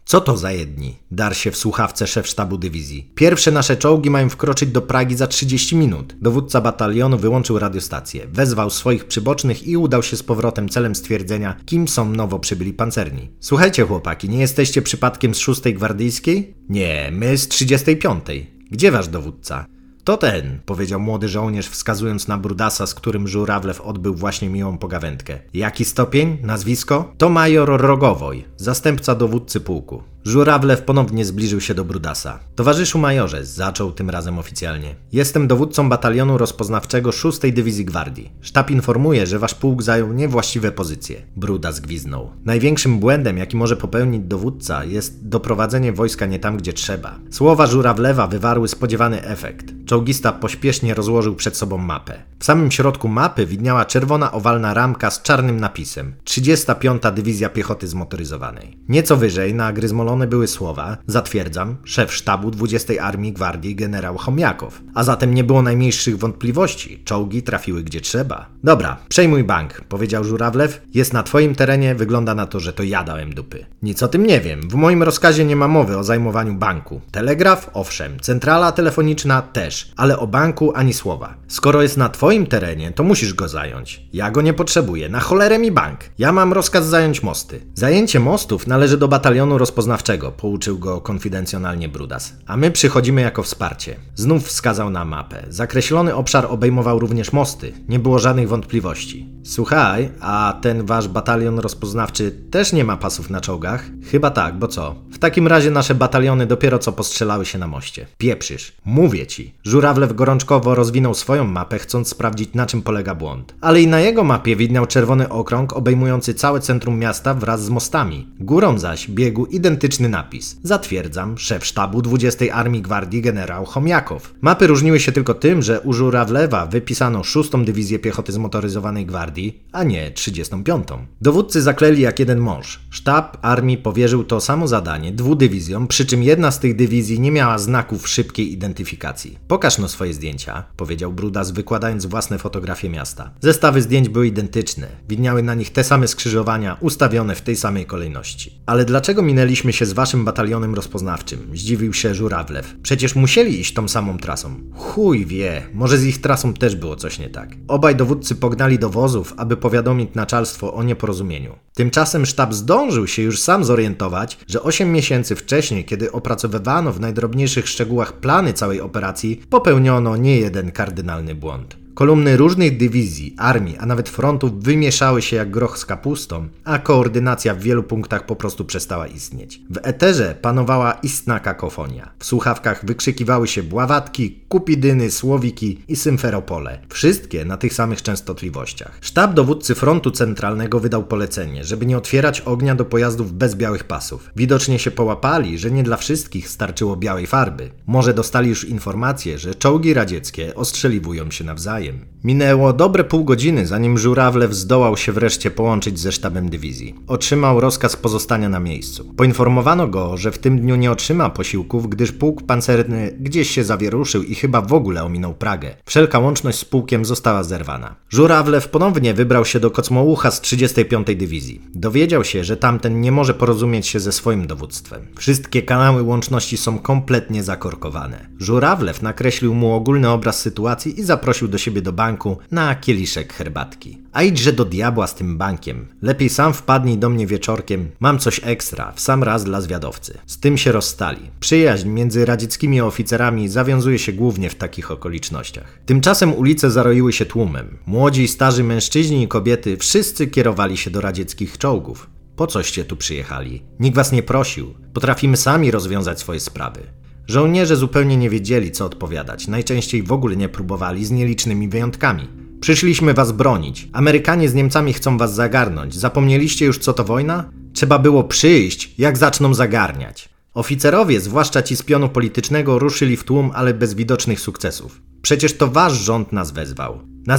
Co to za jedni? Darł się w słuchawce szef sztabu dywizji. Pierwsze nasze czołgi mają wkroczyć do Pragi za 30 minut. Dowódca batalionu wyłączył radiostację, wezwał swoich przybocznych i udał się z powrotem celem stwierdzenia, kim są nowo przybyli pancerni. Słuchajcie chłopaki, nie jesteście przypadkiem z 6. Gwardyjskiej? Nie, my z 35. Gdzie wasz dowódca? To ten, powiedział młody żołnierz, wskazując na brudasa, z którym Żurawlew odbył właśnie miłą pogawędkę. Jaki stopień? Nazwisko? To major Rogowoj, zastępca dowódcy pułku. Żurawlew ponownie zbliżył się do brudasa. Towarzyszu majorze, zaczął tym razem oficjalnie. Jestem dowódcą batalionu rozpoznawczego 6. Dywizji Gwardii. Sztab informuje, że wasz pułk zajął niewłaściwe pozycje. Brudas gwizdnął. Największym błędem, jaki może popełnić dowódca, jest doprowadzenie wojska nie tam, gdzie trzeba. Słowa Żurawlewa wywarły spodziewany efekt. Czołgista pośpiesznie rozłożył przed sobą mapę. W samym środku mapy widniała czerwona owalna ramka z czarnym napisem 35. Dywizja Piechoty Zmotoryzowanej. Nieco wyżej nagryzmolone były słowa: zatwierdzam, szef sztabu 20. Armii Gwardii generał Chomiakow. A zatem nie było najmniejszych wątpliwości. Czołgi trafiły gdzie trzeba. Dobra, przejmuj bank, powiedział Żurawlew. Jest na twoim terenie, wygląda na to, że to ja dałem dupy. Nic o tym nie wiem. W moim rozkazie nie ma mowy o zajmowaniu banku. Telegraf? Owszem. Centrala telefoniczna? Też. Ale o banku ani słowa. Skoro jest na twoim terenie, to musisz go zająć. Ja go nie potrzebuję. Na cholerę mi bank. Ja mam rozkaz zająć mosty. Zajęcie mostów należy do batalionu rozpoznawczego, pouczył go konfidencjonalnie Brudas. A my przychodzimy jako wsparcie. Znów wskazał na mapę. Zakreślony obszar obejmował również mosty. Nie było żadnych wątpliwości. Słuchaj, a ten wasz batalion rozpoznawczy też nie ma pasów na czołgach? Chyba tak, bo co? W takim razie nasze bataliony dopiero co postrzelały się na moście. Pieprzysz. Mówię ci. Żurawlew gorączkowo rozwinął swoją mapę, chcąc sprawdzić, na czym polega błąd. Ale i na jego mapie widniał czerwony okrąg obejmujący całe centrum miasta wraz z mostami. Górą zaś biegł identyczny napis. Zatwierdzam, szef sztabu 20. Armii Gwardii generał Chomiakow. Mapy różniły się tylko tym, że u Żurawlewa wypisano 6. Dywizję Piechoty Zmotoryzowanej Gwardii, a nie 35. Dowódcy zaklęli jak jeden mąż. Sztab armii powierzył to samo zadanie 2 dywizjom, przy czym jedna z tych dywizji nie miała znaków szybkiej identyfikacji. Pokaż no swoje zdjęcia, powiedział Brudas, wykładając własne fotografie miasta. Zestawy zdjęć były identyczne. Widniały na nich te same skrzyżowania, ustawione w tej samej kolejności. Ale dlaczego minęliśmy się z waszym batalionem rozpoznawczym? Zdziwił się Żurawlew. Przecież musieli iść tą samą trasą. Chuj wie, może z ich trasą też było coś nie tak. Obaj dowódcy pognali do wozów, aby powiadomić naczelstwo o nieporozumieniu. Tymczasem sztab zdążył się już sam zorientować, że 8 miesięcy wcześniej, kiedy opracowywano w najdrobniejszych szczegółach plany całej operacji, popełniono niejeden kardynalny błąd. Kolumny różnych dywizji, armii, a nawet frontów wymieszały się jak groch z kapustą, a koordynacja w wielu punktach po prostu przestała istnieć. W eterze panowała istna kakofonia. W słuchawkach wykrzykiwały się bławatki, kupidyny, słowiki i symferopole. Wszystkie na tych samych częstotliwościach. Sztab dowódcy frontu centralnego wydał polecenie, żeby nie otwierać ognia do pojazdów bez białych pasów. Widocznie się połapali, że nie dla wszystkich starczyło białej farby. Może dostali już informację, że czołgi radzieckie ostrzeliwują się nawzajem. Minęło dobre pół godziny, zanim Żurawlew zdołał się wreszcie połączyć ze sztabem dywizji. Otrzymał rozkaz pozostania na miejscu. Poinformowano go, że w tym dniu nie otrzyma posiłków, gdyż pułk pancerny gdzieś się zawieruszył i chyba w ogóle ominął Pragę. Wszelka łączność z pułkiem została zerwana. Żurawlew ponownie wybrał się do Kocmołucha z 35. Dywizji. Dowiedział się, że tamten nie może porozumieć się ze swoim dowództwem. Wszystkie kanały łączności są kompletnie zakorkowane. Żurawlew nakreślił mu ogólny obraz sytuacji i zaprosił do siebie do banku na kieliszek herbatki. A idźże do diabła z tym bankiem. Lepiej sam wpadnij do mnie wieczorkiem. Mam coś ekstra, w sam raz dla zwiadowcy. Z tym się rozstali. Przyjaźń między radzieckimi oficerami zawiązuje się głównie w takich okolicznościach. Tymczasem ulice zaroiły się tłumem. Młodzi i starzy mężczyźni i kobiety wszyscy kierowali się do radzieckich czołgów. Po coście tu przyjechali? Nikt was nie prosił. Potrafimy sami rozwiązać swoje sprawy. Żołnierze zupełnie nie wiedzieli, co odpowiadać. Najczęściej w ogóle nie próbowali, z nielicznymi wyjątkami. Przyszliśmy was bronić. Amerykanie z Niemcami chcą was zagarnąć. Zapomnieliście już, co to wojna? Trzeba było przyjść, jak zaczną zagarniać. Oficerowie, zwłaszcza ci z pionu politycznego, ruszyli w tłum, ale bez widocznych sukcesów. Przecież to wasz rząd nas wezwał.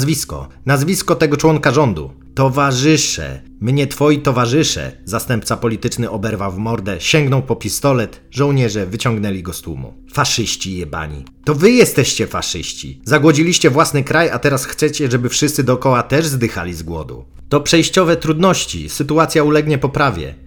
Nazwisko tego członka rządu. Towarzysze, my nie twoi towarzysze, zastępca polityczny oberwał w mordę, sięgnął po pistolet, żołnierze wyciągnęli go z tłumu. Faszyści jebani. To wy jesteście faszyści. Zagłodziliście własny kraj, a teraz chcecie, żeby wszyscy dookoła też zdychali z głodu. To przejściowe trudności, sytuacja ulegnie poprawie.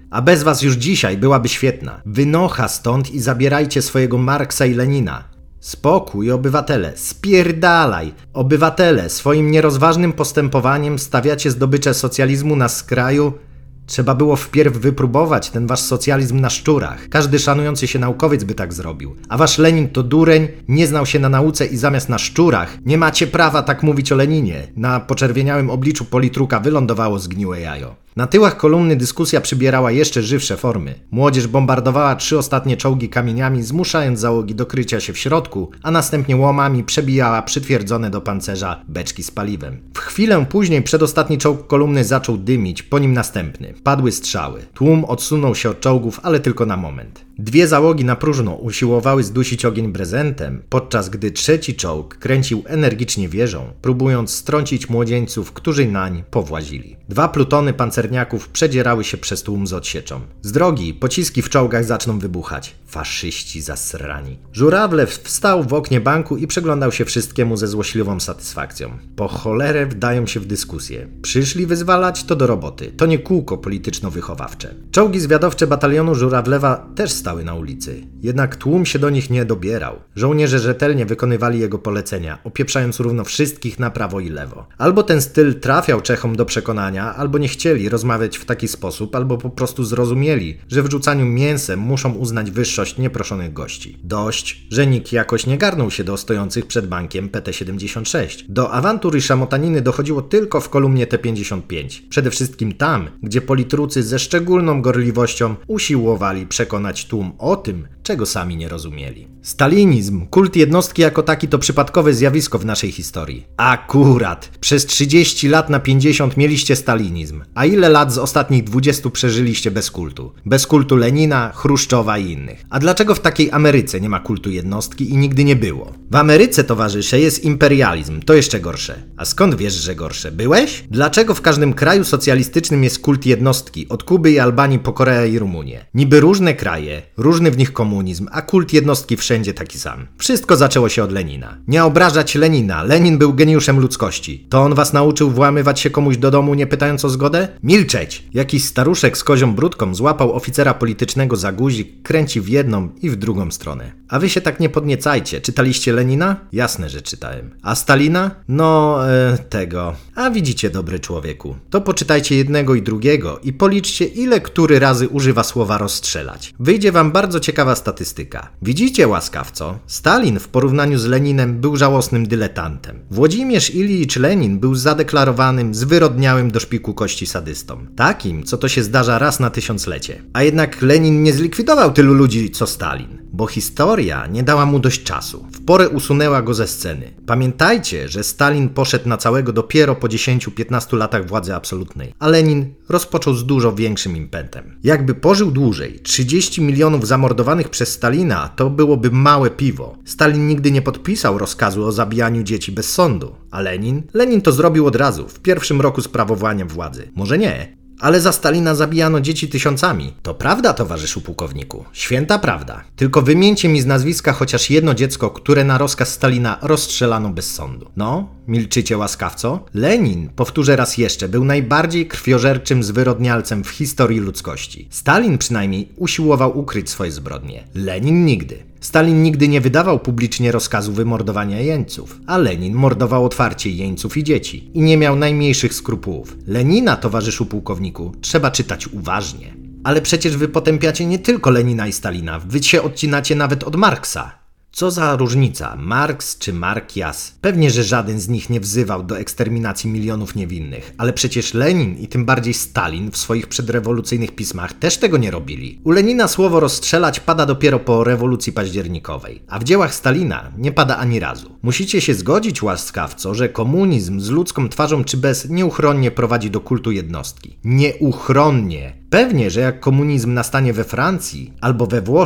A bez was już dzisiaj byłaby świetna. Wynocha stąd i zabierajcie swojego Marksa i Lenina. Spokój, obywatele, spierdalaj! Obywatele, swoim nierozważnym postępowaniem stawiacie zdobycze socjalizmu na skraju. Trzeba było wpierw wypróbować ten wasz socjalizm na szczurach. Każdy szanujący się naukowiec by tak zrobił. A wasz Lenin to dureń, nie znał się na nauce i zamiast na szczurach nie macie prawa tak mówić o Leninie. Na poczerwieniałym obliczu politruka wylądowało zgniłe jajo. Na tyłach kolumny dyskusja przybierała jeszcze żywsze formy. Młodzież bombardowała 3 ostatnie czołgi kamieniami, zmuszając załogi do krycia się w środku, a następnie łomami przebijała przytwierdzone do pancerza beczki z paliwem. W chwilę później przedostatni czołg kolumny zaczął dymić, po nim następny. Padły strzały. Tłum odsunął się od czołgów, ale tylko na moment. 2 załogi na próżno usiłowały zdusić ogień brezentem, podczas gdy trzeci czołg kręcił energicznie wieżą, próbując strącić młodzieńców, którzy nań powłazili. 2 plutony pancerniaków przedzierały się przez tłum z odsieczą. Z drogi pociski w czołgach zaczną wybuchać. Faszyści zasrani. Żurawlew wstał w oknie banku i przeglądał się wszystkiemu ze złośliwą satysfakcją. Po cholerę wdają się w dyskusję. Przyszli wyzwalać, to do roboty. To nie kółko polityczno-wychowawcze. Czołgi zwiadowcze batalionu Żurawlewa też stały na ulicy. Jednak tłum się do nich nie dobierał. Żołnierze rzetelnie wykonywali jego polecenia, opieprzając równo wszystkich na prawo i lewo. Albo ten styl trafiał Czechom do przekonania, albo nie chcieli rozmawiać w taki sposób, albo po prostu zrozumieli, że w rzucaniu mięsem muszą uznać wyższość nieproszonych gości. Dość, że nikt jakoś nie garnął się do stojących przed bankiem PT-76. Do awantur i szamotaniny dochodziło tylko w kolumnie T-55. Przede wszystkim tam, gdzie politrucy ze szczególną gorliwością usiłowali przekonać tłum o tym, czego sami nie rozumieli. Stalinizm, kult jednostki jako taki to przypadkowe zjawisko w naszej historii. Akurat! Przez 30 lat na 50 mieliście stalinizm. A ile lat z ostatnich 20 przeżyliście bez kultu? Bez kultu Lenina, Chruszczowa i innych. A dlaczego w takiej Ameryce nie ma kultu jednostki i nigdy nie było? W Ameryce, towarzysze, jest imperializm, to jeszcze gorsze. A skąd wiesz, że gorsze? Byłeś? Dlaczego w każdym kraju socjalistycznym jest kult jednostki, od Kuby i Albanii po Koreę i Rumunię? Niby różne kraje, różny w nich komunizm, a kult jednostki wszędzie taki sam. Wszystko zaczęło się od Lenina. Nie obrażać Lenina, Lenin był geniuszem ludzkości. To on was nauczył włamywać się komuś do domu, nie pytając o zgodę? Milczeć! Jakiś staruszek z kozią brudką złapał oficera politycznego za guzik, kręci w jedną i w drugą stronę. A wy się tak nie podniecajcie. Czytaliście Lenina? Jasne, że czytałem. A Stalina? No, tego. A widzicie, dobry człowieku. To poczytajcie jednego i drugiego i policzcie, ile który razy używa słowa rozstrzelać. Wyjdzie wam bardzo ciekawa statystyka. Widzicie, łaskawco? Stalin w porównaniu z Leninem był żałosnym dyletantem. Włodzimierz Ilicz Lenin był zadeklarowanym, zwyrodniałym do szpiku kości sadystą. Takim, co to się zdarza raz na 1000-lecie. A jednak Lenin nie zlikwidował tylu ludzi, co Stalin. Bo historia nie dała mu dość czasu. W porę usunęła go ze sceny. Pamiętajcie, że Stalin poszedł na całego dopiero po 10-15 latach władzy absolutnej, a Lenin rozpoczął z dużo większym impetem. Jakby pożył dłużej, 30 milionów zamordowanych przez Stalina to byłoby małe piwo. Stalin nigdy nie podpisał rozkazu o zabijaniu dzieci bez sądu, a Lenin? Lenin to zrobił od razu, w pierwszym roku sprawowania władzy. Może nie, ale za Stalina zabijano dzieci tysiącami. To prawda, towarzyszu pułkowniku. Święta prawda. Tylko wymieńcie mi z nazwiska chociaż jedno dziecko, które na rozkaz Stalina rozstrzelano bez sądu. No, milczycie, łaskawco? Lenin, powtórzę raz jeszcze, był najbardziej krwiożerczym zwyrodnialcem w historii ludzkości. Stalin przynajmniej usiłował ukryć swoje zbrodnie. Lenin nigdy. Stalin nigdy nie wydawał publicznie rozkazu wymordowania jeńców, a Lenin mordował otwarcie jeńców i dzieci i nie miał najmniejszych skrupułów. Lenina, towarzyszu pułkowniku, trzeba czytać uważnie. Ale przecież wy potępiacie nie tylko Lenina i Stalina, wy się odcinacie nawet od Marksa. Co za różnica, Marks czy Markias? Pewnie, że żaden z nich nie wzywał do eksterminacji milionów niewinnych, ale przecież Lenin i tym bardziej Stalin w swoich przedrewolucyjnych pismach też tego nie robili. U Lenina słowo rozstrzelać pada dopiero po rewolucji październikowej, a w dziełach Stalina nie pada ani razu. Musicie się zgodzić, łaskawco, że komunizm z ludzką twarzą czy bez nieuchronnie prowadzi do kultu jednostki. Nieuchronnie! Pewnie, że jak komunizm nastanie we Francji albo we Włoszech,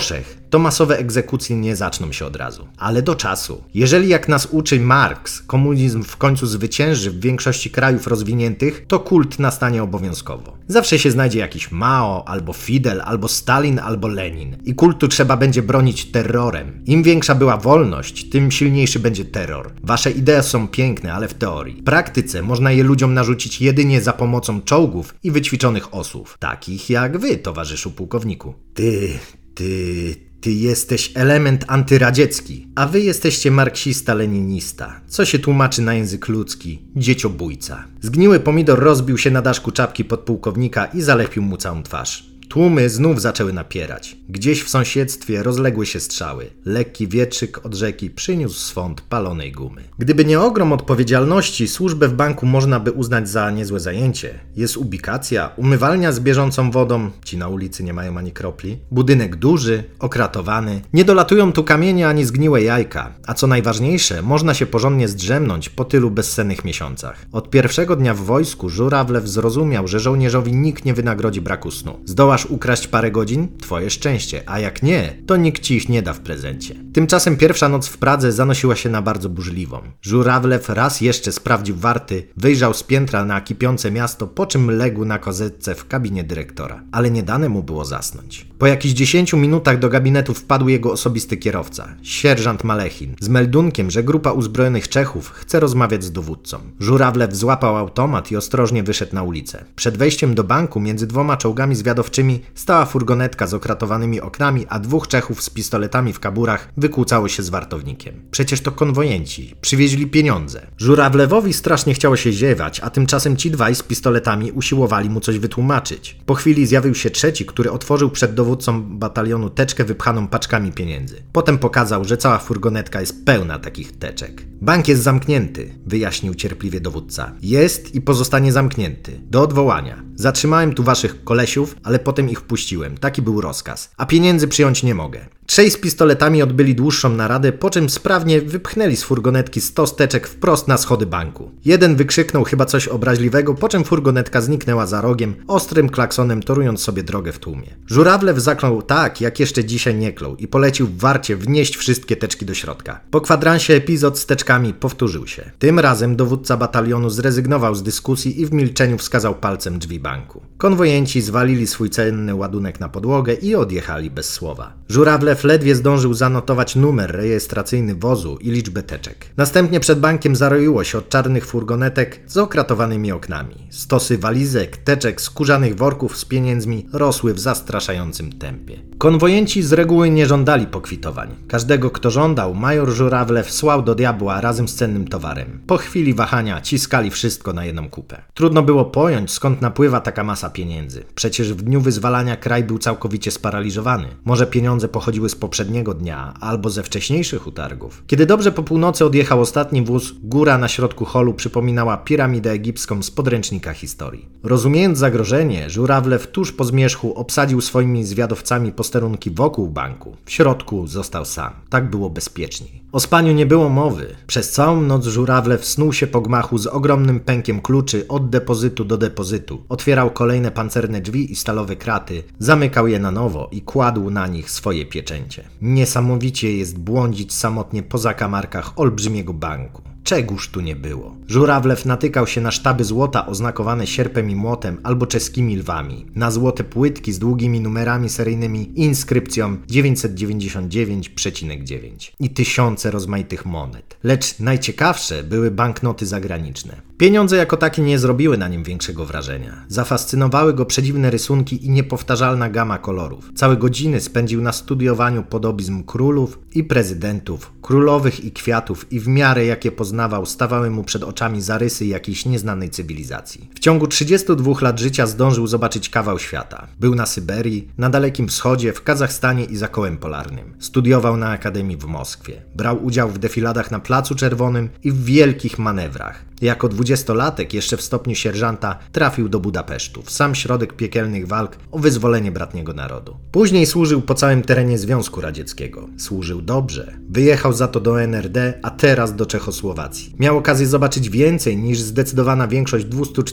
to masowe egzekucje nie zaczną się od razu, ale do czasu. Jeżeli, jak nas uczy Marx, komunizm w końcu zwycięży w większości krajów rozwiniętych, to kult nastanie obowiązkowo. Zawsze się znajdzie jakiś Mao, albo Fidel, albo Stalin, albo Lenin. I kultu trzeba będzie bronić terrorem. Im większa była wolność, tym silniejszy będzie terror. Wasze idee są piękne, ale w teorii. W praktyce można je ludziom narzucić jedynie za pomocą czołgów i wyćwiczonych osłów. Takich jak wy, towarzyszu pułkowniku. Ty jesteś element antyradziecki, a wy jesteście marksista-leninista. Co się tłumaczy na język ludzki? Dzieciobójca. Zgniły pomidor rozbił się na daszku czapki podpułkownika i zalepił mu całą twarz. Tłumy znów zaczęły napierać. Gdzieś w sąsiedztwie rozległy się strzały. Lekki wietrzyk od rzeki przyniósł swąd palonej gumy. Gdyby nie ogrom odpowiedzialności, służbę w banku można by uznać za niezłe zajęcie. Jest ubikacja, umywalnia z bieżącą wodą, ci na ulicy nie mają ani kropli, budynek duży, okratowany. Nie dolatują tu kamienie ani zgniłe jajka, a co najważniejsze, można się porządnie zdrzemnąć po tylu bezsennych miesiącach. Od pierwszego dnia w wojsku Żurawlew zrozumiał, że żołnierzowi nikt nie wynagrodzi braku snu. Zdołasz ukraść parę godzin? Twoje szczęście, a jak nie, to nikt ci ich nie da w prezencie. Tymczasem pierwsza noc w Pradze zanosiła się na bardzo burzliwą. Żurawlew raz jeszcze sprawdził warty, wyjrzał z piętra na kipiące miasto, po czym legł na kozetce w kabinie dyrektora. Ale nie dane mu było zasnąć. Po jakichś 10 minutach do gabinetu wpadł jego osobisty kierowca, sierżant Malechin, z meldunkiem, że grupa uzbrojonych Czechów chce rozmawiać z dowódcą. Żurawlew złapał automat i ostrożnie wyszedł na ulicę. Przed wejściem do banku między dwoma czołgami zwiadowczymi stała furgonetka z okratowanymi oknami, a dwóch Czechów z pistoletami w kaburach wykłócało się z wartownikiem. Przecież to konwojenci, przywieźli pieniądze. Żurawlewowi strasznie chciało się ziewać, a tymczasem ci dwaj z pistoletami usiłowali mu coś wytłumaczyć. Po chwili zjawił się trzeci, który otworzył przed dowódcą batalionu teczkę wypchaną paczkami pieniędzy. Potem pokazał, że cała furgonetka jest pełna takich teczek. Bank jest zamknięty, wyjaśnił cierpliwie dowódca. Jest i pozostanie zamknięty. Do odwołania. Zatrzymałem tu waszych kolesiów, ale potem ich wpuściłem. Taki był rozkaz. A pieniędzy przyjąć nie mogę. Trzej z pistoletami odbyli dłuższą naradę, po czym sprawnie wypchnęli z furgonetki 100 teczek wprost na schody banku. Jeden wykrzyknął chyba coś obraźliwego, po czym furgonetka zniknęła za rogiem, ostrym klaksonem torując sobie drogę w tłumie. Żurawlew zaklął tak, jak jeszcze dzisiaj nie klął i polecił w warcie wnieść wszystkie teczki do środka. Po kwadransie epizod z teczkami powtórzył się. Tym razem dowódca batalionu zrezygnował z dyskusji i w milczeniu wskazał palcem drzwi banku. Konwojenci zwalili swój cenny ładunek na podłogę i odjechali bez słowa. Żurawlew ledwie zdążył zanotować numer rejestracyjny wozu i liczbę teczek. Następnie przed bankiem zaroiło się od czarnych furgonetek z okratowanymi oknami. Stosy walizek, teczek, skórzanych worków z pieniędzmi rosły w zastraszającym tempie. Konwojenci z reguły nie żądali pokwitowań. Każdego, kto żądał, major Żurawlew słał do diabła razem z cennym towarem. Po chwili wahania ciskali wszystko na jedną kupę. Trudno było pojąć, skąd napływa taka masa pieniędzy. Przecież w dniu wyzwalania kraj był całkowicie sparaliżowany. Może pieniądze pochodziły z poprzedniego dnia, albo ze wcześniejszych utargów. Kiedy dobrze po północy odjechał ostatni wóz, góra na środku holu przypominała piramidę egipską z podręcznika historii. Rozumiejąc zagrożenie, Żurawlew tuż po zmierzchu obsadził swoimi zwiadowcami posterunki wokół banku. W środku został sam. Tak było bezpieczniej. O spaniu nie było mowy. Przez całą noc Żurawlew snuł się po gmachu z ogromnym pękiem kluczy od depozytu do depozytu. Otwierał kolejne pancerne drzwi i stalowe kraty, zamykał je na nowo i kładł na nich swoje pieczęcie. Niesamowicie jest błądzić samotnie po zakamarkach olbrzymiego banku. Czegóż tu nie było. Żurawlew natykał się na sztaby złota oznakowane sierpem i młotem albo czeskimi lwami, na złote płytki z długimi numerami seryjnymi i inskrypcją 999,9 i tysiące rozmaitych monet. Lecz najciekawsze były banknoty zagraniczne. Pieniądze jako takie nie zrobiły na nim większego wrażenia. Zafascynowały go przedziwne rysunki i niepowtarzalna gama kolorów. Całe godziny spędził na studiowaniu podobizm królów i prezydentów, królowych i kwiatów i w miarę jakie poznawał, stawały mu przed oczami zarysy jakiejś nieznanej cywilizacji. W ciągu 32 lat życia zdążył zobaczyć kawał świata. Był na Syberii, na Dalekim Wschodzie, w Kazachstanie i za Kołem Polarnym. Studiował na Akademii w Moskwie. Brał udział w defiladach na Placu Czerwonym i w wielkich manewrach. Jako 20-latek, jeszcze w stopniu sierżanta, trafił do Budapesztu, w sam środek piekielnych walk o wyzwolenie bratniego narodu. Później służył po całym terenie Związku Radzieckiego. Służył dobrze. Wyjechał za to do NRD, a teraz do Czechosłowacji. Miał okazję zobaczyć więcej niż zdecydowana większość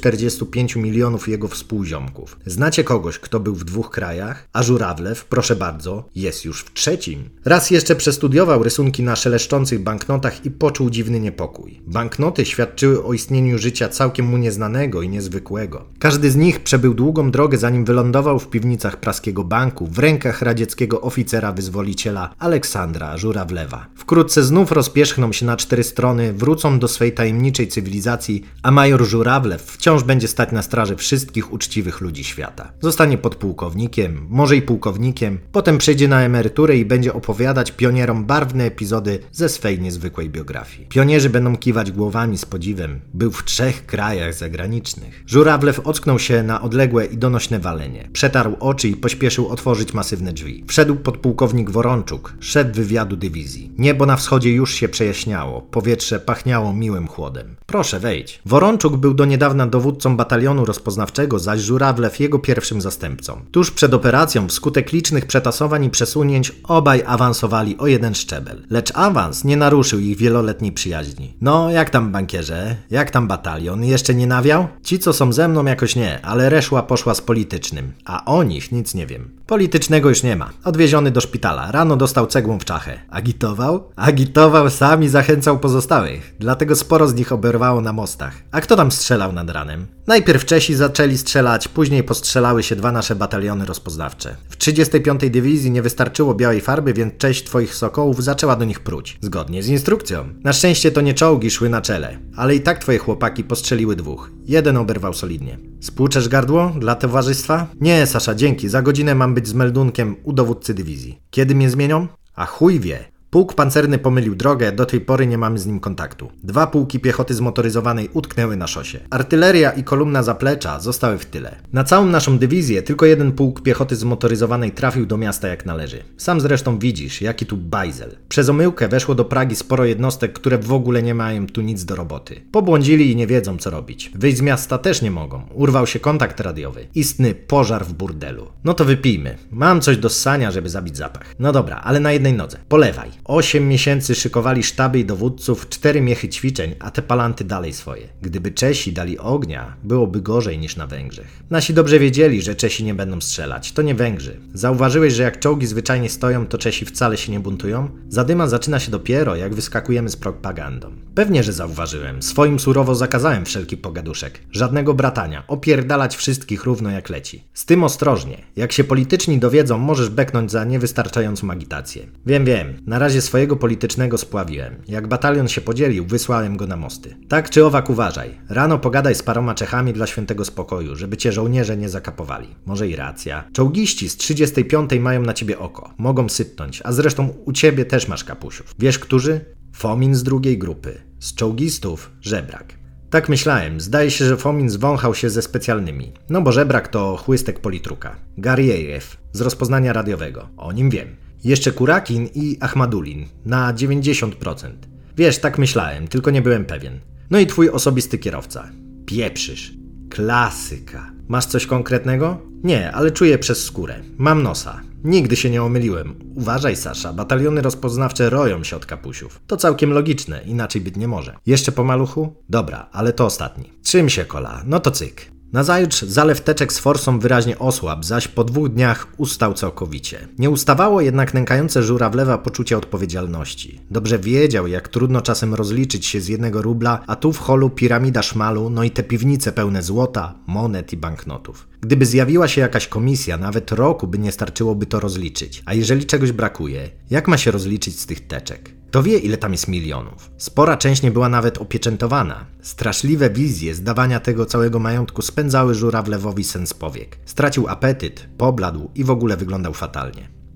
245 milionów jego współziomków. Znacie kogoś, kto był w 2 krajach? A Żurawlew, proszę bardzo, jest już w 3. Raz jeszcze przestudiował rysunki na szeleszczących banknotach i poczuł dziwny niepokój. Banknoty świadczyły o istnieniu życia całkiem mu nieznanego i niezwykłego. Każdy z nich przebył długą drogę, zanim wylądował w piwnicach praskiego banku w rękach radzieckiego oficera wyzwoliciela Aleksandra Żurawlewa. Wkrótce znów rozpierzchną się na 4 strony, wrócą do swej tajemniczej cywilizacji, a major Żurawlew wciąż będzie stać na straży wszystkich uczciwych ludzi świata. Zostanie podpułkownikiem, może i pułkownikiem, potem przejdzie na emeryturę i będzie opowiadać pionierom barwne epizody ze swej niezwykłej biografii. Pionierzy będą kiwać głowami z podziwem. Był w 3 krajach zagranicznych. Żurawlew ocknął się na odległe i donośne walenie. Przetarł oczy i pośpieszył otworzyć masywne drzwi. Wszedł podpułkownik Woronczuk, szef wywiadu dywizji. Niebo na wschodzie już się przejaśniało. Powietrze pachniało miłym chłodem. Proszę, wejdź. Woronczuk był do niedawna dowódcą batalionu rozpoznawczego, zaś Żurawlew jego pierwszym zastępcą. Tuż przed operacją, wskutek licznych przetasowań i przesunięć, obaj awansowali o 1 szczebel. Lecz awans nie naruszył ich wieloletniej przyjaźni. No, jak tam bankierze? Jak tam batalion? Jeszcze nie nawiał? Ci, co są ze mną, jakoś nie, ale reszła poszła z politycznym. A o nich nic nie wiem. Politycznego już nie ma. Odwieziony do szpitala. Rano dostał cegłą w czachę. Agitował? Agitował sam i zachęcał pozostałych. Dlatego sporo z nich oberwało na mostach. A kto tam strzelał nad ranem? Najpierw Czesi zaczęli strzelać, później postrzelały się 2 nasze bataliony rozpoznawcze. W 35. dywizji nie wystarczyło białej farby, więc część twoich sokołów zaczęła do nich pruć. Zgodnie z instrukcją. Na szczęście to nie czołgi szły na czele, ale i tak twoje chłopaki postrzeliły 2. Jeden oberwał solidnie. Spłuczesz gardło dla towarzystwa? Nie, Sasza, dzięki. Za godzinę mam być z meldunkiem u dowódcy dywizji. Kiedy mnie zmienią? A chuj wie. Pułk pancerny pomylił drogę, do tej pory nie mamy z nim kontaktu. 2 pułki piechoty zmotoryzowanej utknęły na szosie. Artyleria i kolumna zaplecza zostały w tyle. Na całą naszą dywizję tylko 1 pułk piechoty zmotoryzowanej trafił do miasta jak należy. Sam zresztą widzisz, jaki tu bajzel. Przez omyłkę weszło do Pragi sporo jednostek, które w ogóle nie mają tu nic do roboty. Pobłądzili i nie wiedzą, co robić. Wyjść z miasta też nie mogą. Urwał się kontakt radiowy. Istny pożar w burdelu. No to wypijmy. Mam coś do ssania, żeby zabić zapach. No dobra, ale na jednej nodze. Polewaj. 8 miesięcy szykowali sztaby i dowódców, 4 miechy ćwiczeń, a te palanty dalej swoje. Gdyby Czesi dali ognia, byłoby gorzej niż na Węgrzech. Nasi dobrze wiedzieli, że Czesi nie będą strzelać. To nie Węgrzy. Zauważyłeś, że jak czołgi zwyczajnie stoją, to Czesi wcale się nie buntują? Zadyma zaczyna się dopiero, jak wyskakujemy z propagandą. Pewnie, że zauważyłem. Swoim surowo zakazałem wszelkich pogaduszek. Żadnego bratania. Opierdalać wszystkich równo jak leci. Z tym ostrożnie. Jak się polityczni dowiedzą, możesz beknąć za niewystarczającą agitację. Wiem. Na razie swojego politycznego spławiłem. Jak batalion się podzielił, wysłałem go na mosty. Tak czy owak uważaj. Rano pogadaj z paroma Czechami dla świętego spokoju, żeby cię żołnierze nie zakapowali. Może i racja. Czołgiści z 35. mają na ciebie oko. Mogą sypnąć, a zresztą u ciebie też masz kapusiów. Wiesz, którzy? Fomin z 2. grupy. Z czołgistów Żebrak. Tak myślałem. Zdaje się, że Fomin zwąchał się ze specjalnymi. No bo Żebrak to chłystek politruka. Gariejew z rozpoznania radiowego. O nim wiem. Jeszcze Kurakin i Achmadulin na 90%. Wiesz, tak myślałem, tylko nie byłem pewien. No i twój osobisty kierowca. Pieprzysz. Klasyka. Masz coś konkretnego? Nie, ale czuję przez skórę. Mam nosa. Nigdy się nie omyliłem. Uważaj, Sasza, bataliony rozpoznawcze roją się od kapusiów. To całkiem logiczne, inaczej być nie może. Jeszcze po maluchu? Dobra, ale to ostatni. Trzym się, kola. No to cyk. Nazajutrz zalew teczek z forsą wyraźnie osłabł, zaś po 2 dniach ustał całkowicie. Nie ustawało jednak nękające Żurawlewa poczucie odpowiedzialności. Dobrze wiedział, jak trudno czasem rozliczyć się z 1 rubla, a tu w holu piramida szmalu, no i te piwnice pełne złota, monet i banknotów. Gdyby zjawiła się jakaś komisja, nawet roku by nie starczyłoby to rozliczyć. A jeżeli czegoś brakuje, jak ma się rozliczyć z tych teczek? Kto wie, ile tam jest milionów. Spora część nie była nawet opieczętowana. Straszliwe wizje zdawania tego całego majątku spędzały Żurawlewowi sen z powiek. Stracił apetyt, pobladł i w ogóle wyglądał fatalnie.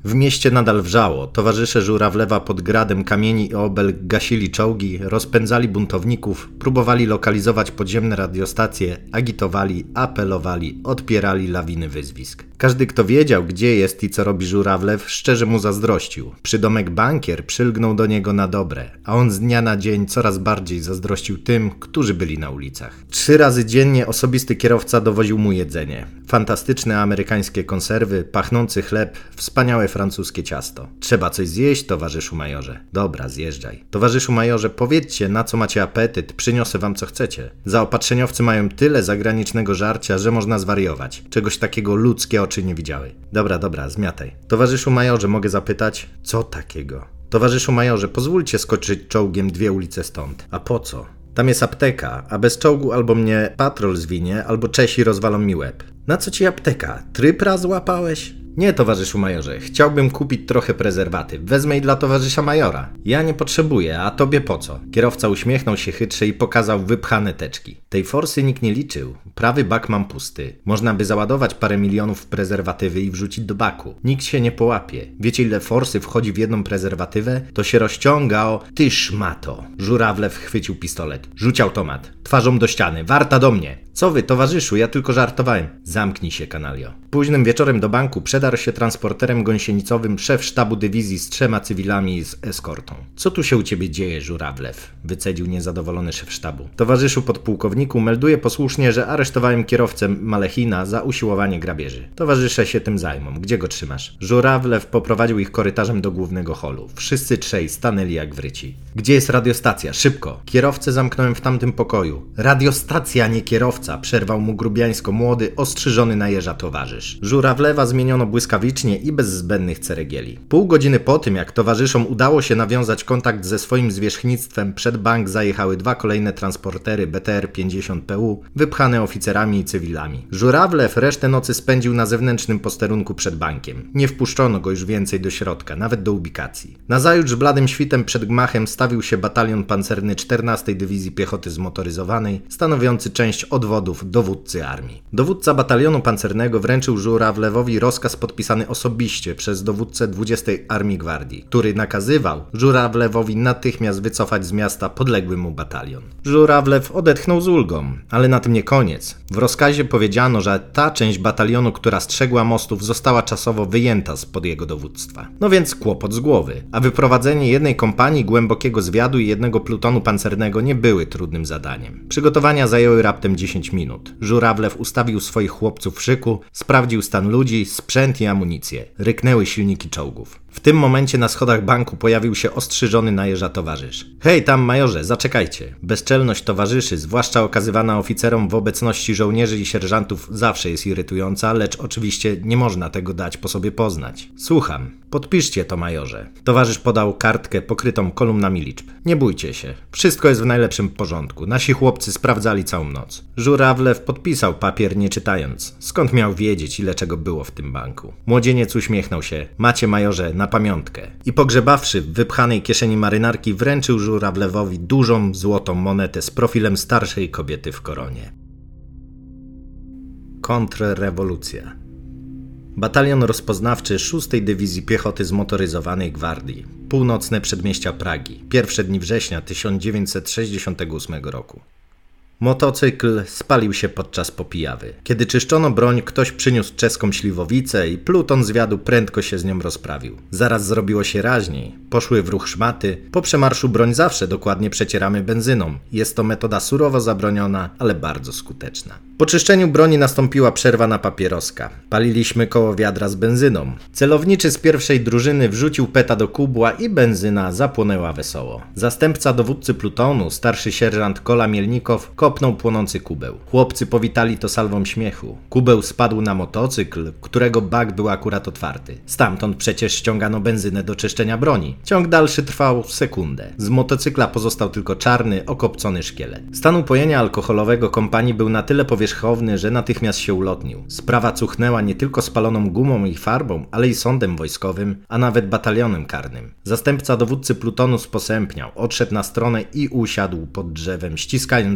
W mieście nadal wrzało. Towarzysze Żurawlewa pod gradem kamieni i obelg gasili czołgi, rozpędzali buntowników, próbowali lokalizować podziemne radiostacje, agitowali, apelowali, odpierali lawiny wyzwisk. Każdy, kto wiedział, gdzie jest i co robi Żurawlew, szczerze mu zazdrościł. Przydomek bankier przylgnął do niego na dobre, a on z dnia na dzień coraz bardziej zazdrościł tym, którzy byli na ulicach. 3 razy dziennie osobisty kierowca dowoził mu jedzenie. Fantastyczne amerykańskie konserwy, pachnący chleb, wspaniałe francuskie ciasto. Trzeba coś zjeść, towarzyszu majorze. Dobra, zjeżdżaj. Towarzyszu majorze, powiedzcie, na co macie apetyt, przyniosę wam co chcecie. Zaopatrzeniowcy mają tyle zagranicznego żarcia, że można zwariować. Czegoś takiego ludzkie oczy nie widziały. Dobra, zmiataj. Towarzyszu majorze, mogę zapytać, co takiego? Towarzyszu majorze, pozwólcie skoczyć czołgiem 2 ulice stąd. A po co? Tam jest apteka, a bez czołgu albo mnie patrol zwinie, albo Czesi rozwalą mi łeb. Na co ci apteka? Trypra złapałeś? Nie, towarzyszu majorze, chciałbym kupić trochę prezerwatyw. Wezmę i dla towarzysza majora. Ja nie potrzebuję, a tobie po co? Kierowca uśmiechnął się chytrze i pokazał wypchane teczki. Tej forsy nikt nie liczył. Prawy bak mam pusty. Można by załadować parę milionów w prezerwatywy i wrzucić do baku. Nikt się nie połapie. Wiecie, ile forsy wchodzi w jedną prezerwatywę? To się rozciąga o... Ty szmato! Żurawlew chwycił pistolet. Rzuć automat. Twarzą do ściany. Warta do mnie! Co wy, towarzyszu? Ja tylko żartowałem. Zamknij się, kanalio. Późnym wieczorem do banku przedarł się transporterem gąsienicowym szef sztabu dywizji z 3 cywilami z eskortą. Co tu się u ciebie dzieje, Żurawlew? Wycedził niezadowolony szef sztabu. Towarzyszu podpułkowniku, melduję posłusznie, że aresztowałem kierowcę Malechina za usiłowanie grabieży. Towarzysze się tym zajmą. Gdzie go trzymasz? Żurawlew poprowadził ich korytarzem do głównego holu. Wszyscy 3 stanęli jak wryci. Gdzie jest radiostacja? Szybko! Kierowcę zamknąłem w tamtym pokoju. Radiostacja, nie kierowca! Przerwał mu grubiańsko młody, ostrzyżony na jeża towarzysz. Żurawlewa zmieniono błyskawicznie i bez zbędnych ceregieli. Pół godziny po tym, jak towarzyszom udało się nawiązać kontakt ze swoim zwierzchnictwem, przed bank zajechały 2 kolejne transportery BTR-50PU, wypchane oficerami i cywilami. Żurawlew resztę nocy spędził na zewnętrznym posterunku przed bankiem. Nie wpuszczono go już więcej do środka, nawet do ubikacji. Nazajutrz bladym świtem przed gmachem stawił się batalion pancerny 14 Dywizji Piechoty Zmotoryzowanej, stanowiący część odwodów dowódcy armii. Dowódca batalionu pancernego wręczył Żurawlewowi rozkaz podpisany osobiście przez dowódcę 20 Armii Gwardii, który nakazywał Żurawlewowi natychmiast wycofać z miasta podległy mu batalion. Żurawlew odetchnął z ulgą, ale na tym nie koniec. W rozkazie powiedziano, że ta część batalionu, która strzegła mostów, została czasowo wyjęta spod jego dowództwa. No więc kłopot z głowy, a wyprowadzenie jednej kompanii głębokiego zwiadu i jednego plutonu pancernego nie były trudnym zadaniem. Przygotowania zajęły raptem 10 minut. Żurawlew ustawił swoich chłopców w szyku, sprawdził stan ludzi, sprzęt i amunicję. Ryknęły silniki czołgów. W tym momencie na schodach banku pojawił się ostrzyżony na jeża towarzysz. Hej, tam majorze, zaczekajcie. Bezczelność towarzyszy, zwłaszcza okazywana oficerom w obecności żołnierzy i sierżantów, zawsze jest irytująca, lecz oczywiście nie można tego dać po sobie poznać. Słucham. Podpiszcie to, majorze. Towarzysz podał kartkę pokrytą kolumnami liczb. Nie bójcie się. Wszystko jest w najlepszym porządku. Nasi chłopcy sprawdzali całą noc. Żurawlew podpisał papier nie czytając. Skąd miał wiedzieć, ile czego było w tym banku? Młodzieniec uśmiechnął się. Macie, majorze, na pamiątkę. I pogrzebawszy w wypchanej kieszeni marynarki, wręczył Żurawlewowi dużą, złotą monetę z profilem starszej kobiety w koronie. Kontrrewolucja. Batalion rozpoznawczy 6 Dywizji Piechoty Zmotoryzowanej Gwardii. Północne przedmieścia Pragi. Pierwsze dni września 1968 roku. Motocykl spalił się podczas popijawy. Kiedy czyszczono broń, ktoś przyniósł czeską śliwowicę i pluton zwiadu prędko się z nią rozprawił. Zaraz zrobiło się raźniej. Poszły w ruch szmaty. Po przemarszu broń zawsze dokładnie przecieramy benzyną. Jest to metoda surowo zabroniona, ale bardzo skuteczna. Po czyszczeniu broni nastąpiła przerwa na papieroska. Paliliśmy koło wiadra z benzyną. Celowniczy z pierwszej drużyny wrzucił peta do kubła i benzyna zapłonęła wesoło. Zastępca dowódcy plutonu, starszy sierżant Kola Mielnikow, kopnął płonący kubeł. Chłopcy powitali to salwą śmiechu. Kubeł spadł na motocykl, którego bak był akurat otwarty. Stamtąd przecież ściągano benzynę do czyszczenia broni. Ciąg dalszy trwał sekundę. Z motocykla pozostał tylko czarny, okopcony szkielet. Stan upojenia alkoholowego kompanii był na tyle powierzchowny, że natychmiast się ulotnił. Sprawa cuchnęła nie tylko spaloną gumą i farbą, ale i sądem wojskowym, a nawet batalionem karnym. Zastępca dowódcy plutonu sposępniał, odszedł na stronę i usiadł pod drzewem, ściskając dłoń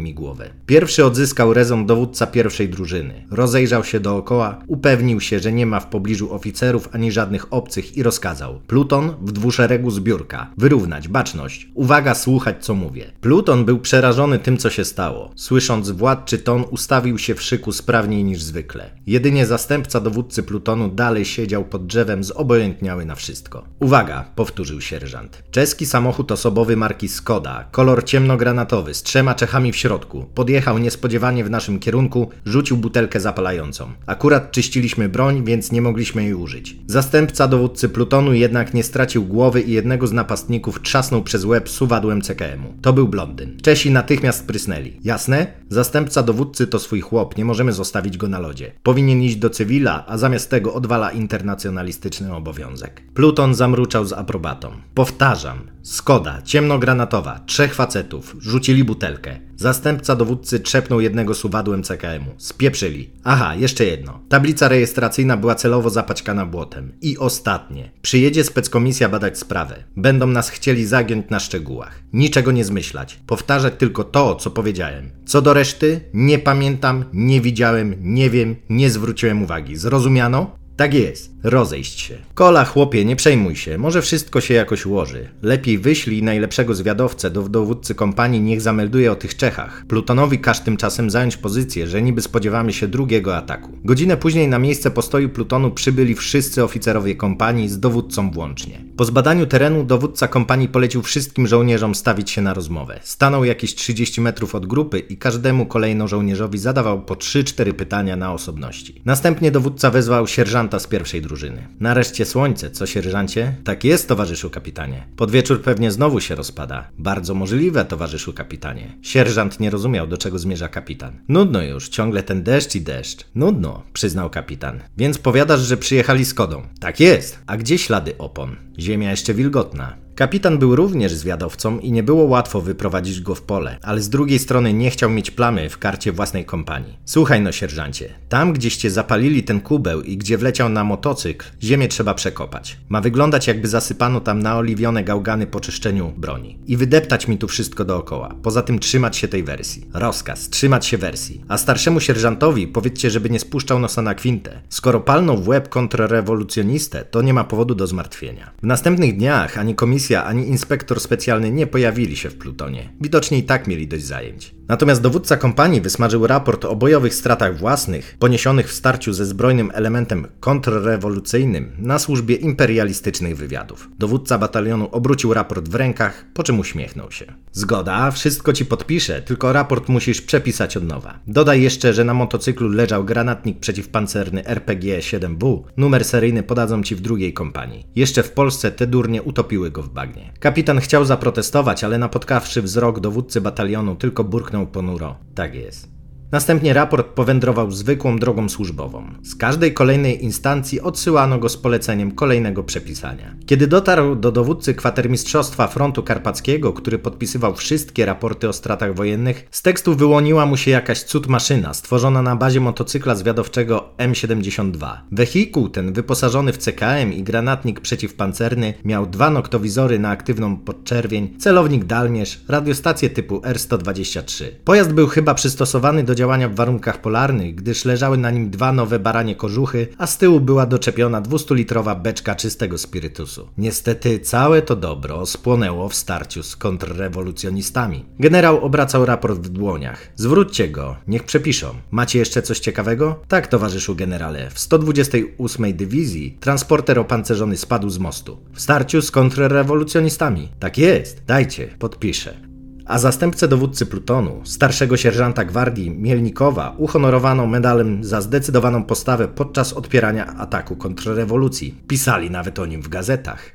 nimi głowę. Pierwszy odzyskał rezon dowódca pierwszej drużyny. Rozejrzał się dookoła, upewnił się, że nie ma w pobliżu oficerów ani żadnych obcych i rozkazał: Pluton w dwuszeregu zbiórka. Wyrównać, baczność. Uwaga, słuchać co mówię. Pluton był przerażony tym, co się stało. Słysząc władczy ton, ustawił się w szyku sprawniej niż zwykle. Jedynie zastępca dowódcy Plutonu dalej siedział pod drzewem zobojętniały na wszystko. Uwaga, powtórzył sierżant. Czeski samochód osobowy marki Skoda, kolor ciemnogranatowy, z 3 czechami w środku. Podjechał niespodziewanie w naszym kierunku, rzucił butelkę zapalającą. Akurat czyściliśmy broń, więc nie mogliśmy jej użyć. Zastępca dowódcy Plutonu jednak nie stracił głowy i jednego z napastników trzasnął przez łeb suwadłem CKM-u. To był blondyn. Czesi natychmiast prysnęli. Jasne? Zastępca dowódcy to swój chłop, nie możemy zostawić go na lodzie. Powinien iść do cywila, a zamiast tego odwala internacjonalistyczny obowiązek. Pluton zamruczał z aprobatą. Powtarzam. Skoda, ciemnogranatowa, 3 facetów. Rzucili butelkę. Zastępca dowódcy trzepnął jednego suwadłem CKM-u. Spieprzyli. Aha, jeszcze jedno. Tablica rejestracyjna była celowo zapaćkana błotem. I ostatnie. Przyjedzie speckomisja badać sprawę. Będą nas chcieli zagiąć na szczegółach. Niczego nie zmyślać. Powtarzać tylko to, co powiedziałem. Co do reszty, nie pamiętam, nie widziałem, nie wiem, nie zwróciłem uwagi. Zrozumiano? Tak jest. Rozejść się. Kola, chłopie, nie przejmuj się. Może wszystko się jakoś ułoży. Lepiej wyślij najlepszego zwiadowcę do dowódcy kompanii, niech zamelduje o tych Czechach. Plutonowi każ tymczasem zająć pozycję, że niby spodziewamy się drugiego ataku. Godzinę później na miejsce postoju Plutonu przybyli wszyscy oficerowie kompanii z dowódcą włącznie. Po zbadaniu terenu dowódca kompanii polecił wszystkim żołnierzom stawić się na rozmowę. Stanął jakieś 30 metrów od grupy i każdemu kolejno żołnierzowi zadawał po 3-4 pytania na osobności. Następnie dowódca wezwał sierżanta z pierwszej drużyny. Nareszcie słońce, co sierżancie? Tak jest, towarzyszu kapitanie. Pod wieczór pewnie znowu się rozpada. Bardzo możliwe, towarzyszu kapitanie. Sierżant nie rozumiał, do czego zmierza kapitan. Nudno już, ciągle ten deszcz i deszcz. Nudno, przyznał kapitan. Więc powiadasz, że przyjechali Skodą. Tak jest. A gdzie ślady opon? Ziemia jeszcze wilgotna. Kapitan był również zwiadowcą i nie było łatwo wyprowadzić go w pole, ale z drugiej strony nie chciał mieć plamy w karcie własnej kompanii. Słuchaj no, sierżancie, tam gdzieście zapalili ten kubeł i gdzie wleciał na motocykl, ziemię trzeba przekopać. Ma wyglądać, jakby zasypano tam naoliwione gałgany po czyszczeniu broni. I wydeptać mi tu wszystko dookoła. Poza tym trzymać się tej wersji. Rozkaz, trzymać się wersji. A starszemu sierżantowi powiedzcie, żeby nie spuszczał nosa na kwintę. Skoro palnął w łeb kontrrewolucjonistę, to nie ma powodu do zmartwienia. W następnych dniach ani komisja, ani inspektor specjalny nie pojawili się w Plutonie. Widocznie i tak mieli dość zajęć. Natomiast dowódca kompanii wysmażył raport o bojowych stratach własnych, poniesionych w starciu ze zbrojnym elementem kontrrewolucyjnym na służbie imperialistycznych wywiadów. Dowódca batalionu obrócił raport w rękach, po czym uśmiechnął się. Zgoda, wszystko ci podpiszę, tylko raport musisz przepisać od nowa. Dodaj jeszcze, że na motocyklu leżał granatnik przeciwpancerny RPG-7W, numer seryjny podadzą ci w drugiej kompanii. Jeszcze w Polsce te durnie utopiły go w bagnie. Kapitan chciał zaprotestować, ale napotkawszy wzrok dowódcy batalionu, tylko burknął ponuro. Tak jest. Następnie raport powędrował zwykłą drogą służbową. Z każdej kolejnej instancji odsyłano go z poleceniem kolejnego przepisania. Kiedy dotarł do dowódcy kwatermistrzostwa frontu karpackiego, który podpisywał wszystkie raporty o stratach wojennych, z tekstu wyłoniła mu się jakaś cud maszyna stworzona na bazie motocykla zwiadowczego M72. Wehikuł ten, wyposażony w CKM i granatnik przeciwpancerny, miał 2 noktowizory na aktywną podczerwień, celownik dalmierz, radiostację typu R123. Pojazd był chyba przystosowany do działania w warunkach polarnych, gdyż leżały na nim 2 nowe baranie kożuchy, a z tyłu była doczepiona 200-litrowa beczka czystego spirytusu. Niestety całe to dobro spłonęło w starciu z kontrrewolucjonistami. Generał obracał raport w dłoniach. Zwróćcie go, niech przepiszą. Macie jeszcze coś ciekawego? Tak, towarzyszu generale. W 128 dywizji transporter opancerzony spadł z mostu. W starciu z kontrrewolucjonistami. Tak jest, dajcie, podpiszę. A zastępcę dowódcy Plutonu, starszego sierżanta gwardii Mielnikowa, uhonorowano medalem za zdecydowaną postawę podczas odpierania ataku kontrrewolucji. Pisali nawet o nim w gazetach.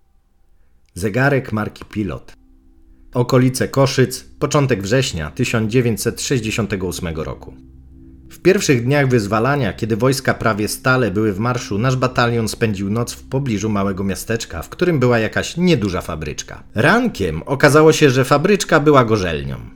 Zegarek marki Pilot. Okolice Koszyc, początek września 1968 roku. W pierwszych dniach wyzwalania, kiedy wojska prawie stale były w marszu, nasz batalion spędził noc w pobliżu małego miasteczka, w którym była jakaś nieduża fabryczka. Rankiem okazało się, że fabryczka była gorzelnią.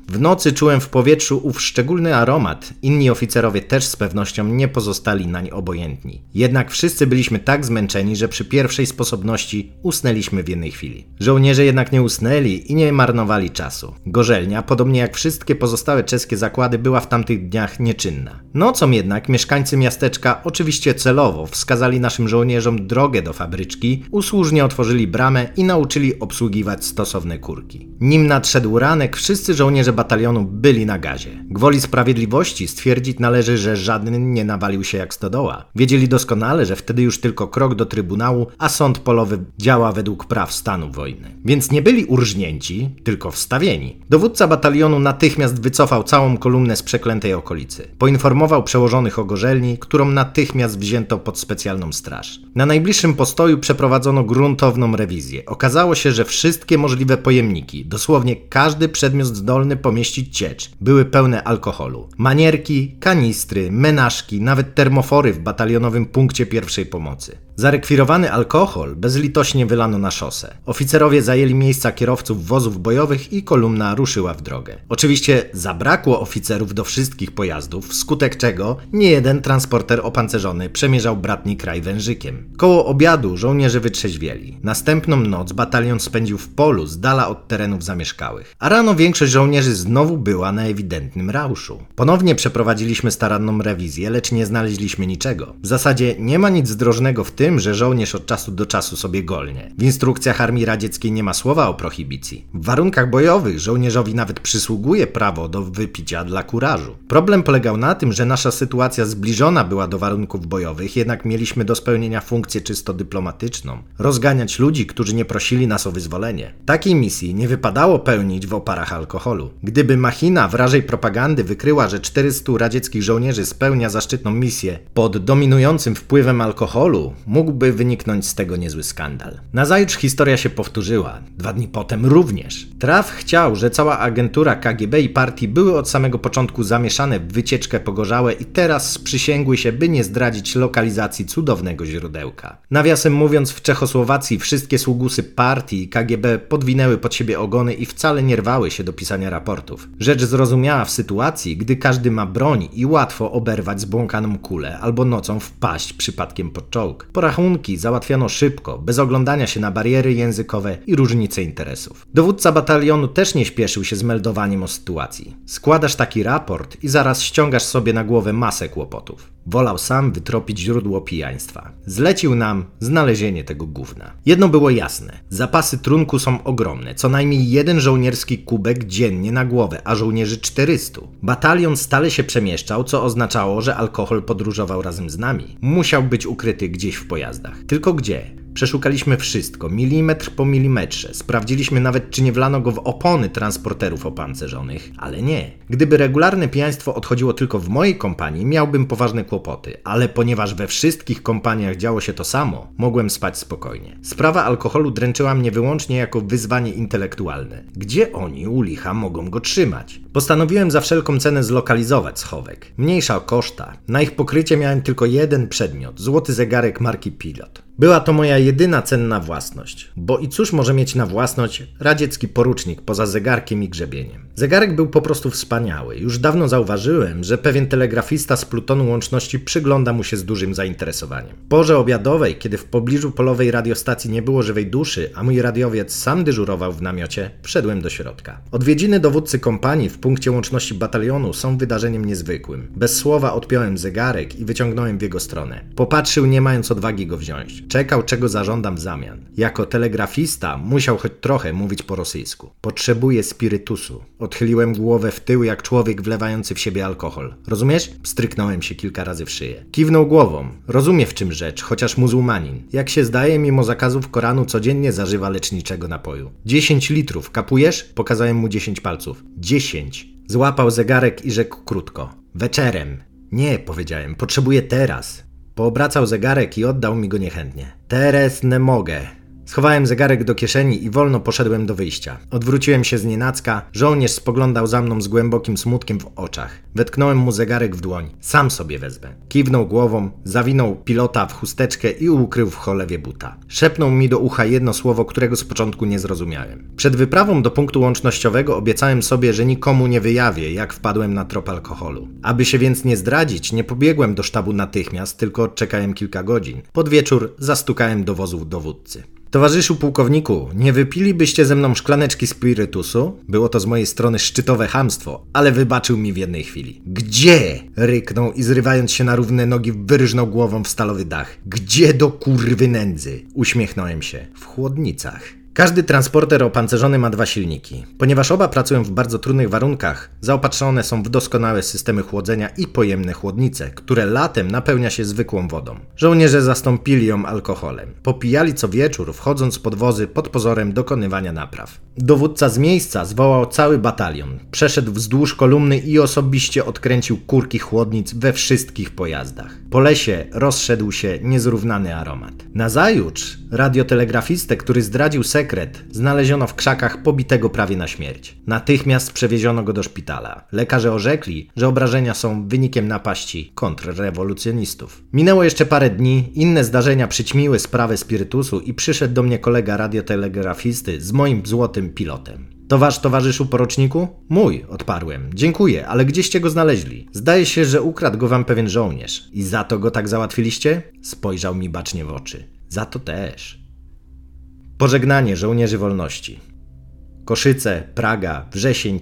W nocy czułem w powietrzu ów szczególny aromat. Inni oficerowie też z pewnością nie pozostali nań obojętni. Jednak wszyscy byliśmy tak zmęczeni, że przy pierwszej sposobności usnęliśmy w jednej chwili. Żołnierze jednak nie usnęli i nie marnowali czasu. Gorzelnia, podobnie jak wszystkie pozostałe czeskie zakłady, była w tamtych dniach nieczynna. Nocą jednak mieszkańcy miasteczka oczywiście celowo wskazali naszym żołnierzom drogę do fabryczki, usłużnie otworzyli bramę i nauczyli obsługiwać stosowne kurki. Nim nadszedł ranek, wszyscy żołnierze batalionu byli na gazie. Gwoli sprawiedliwości stwierdzić należy, że żaden nie nawalił się jak stodoła. Wiedzieli doskonale, że wtedy już tylko krok do trybunału, a sąd polowy działa według praw stanu wojny. Więc nie byli urżnięci, tylko wstawieni. Dowódca batalionu natychmiast wycofał całą kolumnę z przeklętej okolicy. Poinformował przełożonych o gorzelni, którą natychmiast wzięto pod specjalną straż. Na najbliższym postoju przeprowadzono gruntowną rewizję. Okazało się, że wszystkie możliwe pojemniki, dosłownie każdy przedmiot zdolny pomieścić ciecz, były pełne alkoholu. Manierki, kanistry, menażki, nawet termofory w batalionowym punkcie pierwszej pomocy. Zarekwirowany alkohol bezlitośnie wylano na szosę. Oficerowie zajęli miejsca kierowców wozów bojowych i kolumna ruszyła w drogę. Oczywiście zabrakło oficerów do wszystkich pojazdów, wskutek czego niejeden transporter opancerzony przemierzał bratni kraj wężykiem. Koło obiadu żołnierze wytrzeźwieli. Następną noc batalion spędził w polu z dala od terenów zamieszkałych. A rano większość żołnierzy znowu była na ewidentnym rauszu. Ponownie przeprowadziliśmy staranną rewizję, lecz nie znaleźliśmy niczego. W zasadzie nie ma nic zdrożnego w tym, że żołnierz od czasu do czasu sobie golnie. W instrukcjach armii radzieckiej nie ma słowa o prohibicji. W warunkach bojowych żołnierzowi nawet przysługuje prawo do wypicia dla kurażu. Problem polegał na tym, że nasza sytuacja zbliżona była do warunków bojowych, jednak mieliśmy do spełnienia funkcję czysto dyplomatyczną. Rozganiać ludzi, którzy nie prosili nas o wyzwolenie. Takiej misji nie wypadało pełnić w oparach alkoholu. Gdyby machina wrażej propagandy wykryła, że 400 radzieckich żołnierzy spełnia zaszczytną misję pod dominującym wpływem alkoholu, mógłby wyniknąć z tego niezły skandal. Nazajutrz historia się powtórzyła. 2 dni potem również. Traf chciał, że cała agentura KGB i partii były od samego początku zamieszane w wycieczkę pogorzałe i teraz sprzysięgły się, by nie zdradzić lokalizacji cudownego źródełka. Nawiasem mówiąc, w Czechosłowacji wszystkie sługusy partii i KGB podwinęły pod siebie ogony i wcale nie rwały się do pisania raportów. Rzecz zrozumiała w sytuacji, gdy każdy ma broń i łatwo oberwać zbłąkaną kulę albo nocą wpaść przypadkiem pod czołg. Porachunki załatwiano szybko, bez oglądania się na bariery językowe i różnice interesów. Dowódca batalionu też nie śpieszył się z meldowaniem o sytuacji. Składasz taki raport i zaraz ściągasz sobie na głowę masę kłopotów. Wolał sam wytropić źródło pijaństwa. Zlecił nam znalezienie tego gówna. Jedno było jasne. Zapasy trunku są ogromne. Co najmniej 1 żołnierski kubek dziennie na głowę, a żołnierzy 400. Batalion stale się przemieszczał, co oznaczało, że alkohol podróżował razem z nami. Musiał być ukryty gdzieś w pojazdach. Tylko gdzie? Przeszukaliśmy wszystko, milimetr po milimetrze. Sprawdziliśmy nawet, czy nie wlano go w opony transporterów opancerzonych, ale nie. Gdyby regularne pijaństwo odchodziło tylko w mojej kompanii, miałbym poważne kłopoty, ale ponieważ we wszystkich kompaniach działo się to samo, mogłem spać spokojnie. Sprawa alkoholu dręczyła mnie wyłącznie jako wyzwanie intelektualne. Gdzie oni u licha mogą go trzymać? Postanowiłem za wszelką cenę zlokalizować schowek. Mniejsza o koszta. Na ich pokrycie miałem tylko 1 przedmiot, złoty zegarek marki Pilot. Była to moja jedyna cenna własność, bo i cóż może mieć na własność radziecki porucznik poza zegarkiem i grzebieniem. Zegarek był po prostu wspaniały. Już dawno zauważyłem, że pewien telegrafista z plutonu łączności przygląda mu się z dużym zainteresowaniem. W porze obiadowej, kiedy w pobliżu polowej radiostacji nie było żywej duszy, a mój radiowiec sam dyżurował w namiocie, wszedłem do środka. Odwiedziny dowódcy kompanii w punkcie łączności batalionu są wydarzeniem niezwykłym. Bez słowa odpiąłem zegarek i wyciągnąłem w jego stronę. Popatrzył, nie mając odwagi go wziąć. Czekał, czego zażądam w zamian. Jako telegrafista musiał choć trochę mówić po rosyjsku. Potrzebuję spirytusu. Odchyliłem głowę w tył jak człowiek wlewający w siebie alkohol. Rozumiesz? Stryknąłem się kilka razy w szyję. Kiwnął głową. Rozumie, w czym rzecz, chociaż muzułmanin. Jak się zdaje, mimo zakazów Koranu codziennie zażywa leczniczego napoju. 10 litrów, kapujesz? Pokazałem mu 10 palców. 10. Złapał zegarek i rzekł krótko. Wieczorem. Nie, powiedziałem, potrzebuję teraz. Poobracał zegarek i oddał mi go niechętnie. Teraz nie mogę. Schowałem zegarek do kieszeni i wolno poszedłem do wyjścia. Odwróciłem się znienacka, żołnierz spoglądał za mną z głębokim smutkiem w oczach. Wetknąłem mu zegarek w dłoń. Sam sobie wezmę. Kiwnął głową, zawinął pilota w chusteczkę i ukrył w cholewie buta. Szepnął mi do ucha jedno słowo, którego z początku nie zrozumiałem. Przed wyprawą do punktu łącznościowego obiecałem sobie, że nikomu nie wyjawię, jak wpadłem na trop alkoholu. Aby się więc nie zdradzić, nie pobiegłem do sztabu natychmiast, tylko odczekałem kilka godzin. Pod wieczór zastukałem do wozu dowódcy. Towarzyszu pułkowniku, nie wypilibyście ze mną szklaneczki spirytusu? Było to z mojej strony szczytowe chamstwo, ale wybaczył mi w jednej chwili. Gdzie? Ryknął i zrywając się na równe nogi wyrżnął głową w stalowy dach. Gdzie do kurwy nędzy? Uśmiechnąłem się. W chłodnicach. Każdy transporter opancerzony ma 2 silniki. Ponieważ oba pracują w bardzo trudnych warunkach, zaopatrzone są w doskonałe systemy chłodzenia i pojemne chłodnice, które latem napełnia się zwykłą wodą. Żołnierze zastąpili ją alkoholem. Popijali co wieczór, wchodząc pod wozy pod pozorem dokonywania napraw. Dowódca z miejsca zwołał cały batalion. Przeszedł wzdłuż kolumny i osobiście odkręcił kurki chłodnic we wszystkich pojazdach. Po lesie rozszedł się niezrównany aromat. Nazajutrz radiotelegrafistę, który zdradził sekret, znaleziono w krzakach pobitego prawie na śmierć. Natychmiast przewieziono go do szpitala. Lekarze orzekli, że obrażenia są wynikiem napaści kontrrewolucjonistów. Minęło jeszcze parę dni, inne zdarzenia przyćmiły sprawę spirytusu i przyszedł do mnie kolega radiotelegrafisty z moim złotym pilotem. To wasz, towarzyszu poruczniku? Mój, odparłem. Dziękuję, ale gdzieście go znaleźli? Zdaje się, że ukradł go wam pewien żołnierz. I za to go tak załatwiliście? Spojrzał mi bacznie w oczy. Za to też. Pożegnanie żołnierzy wolności. Koszyce, Praga, wrzesień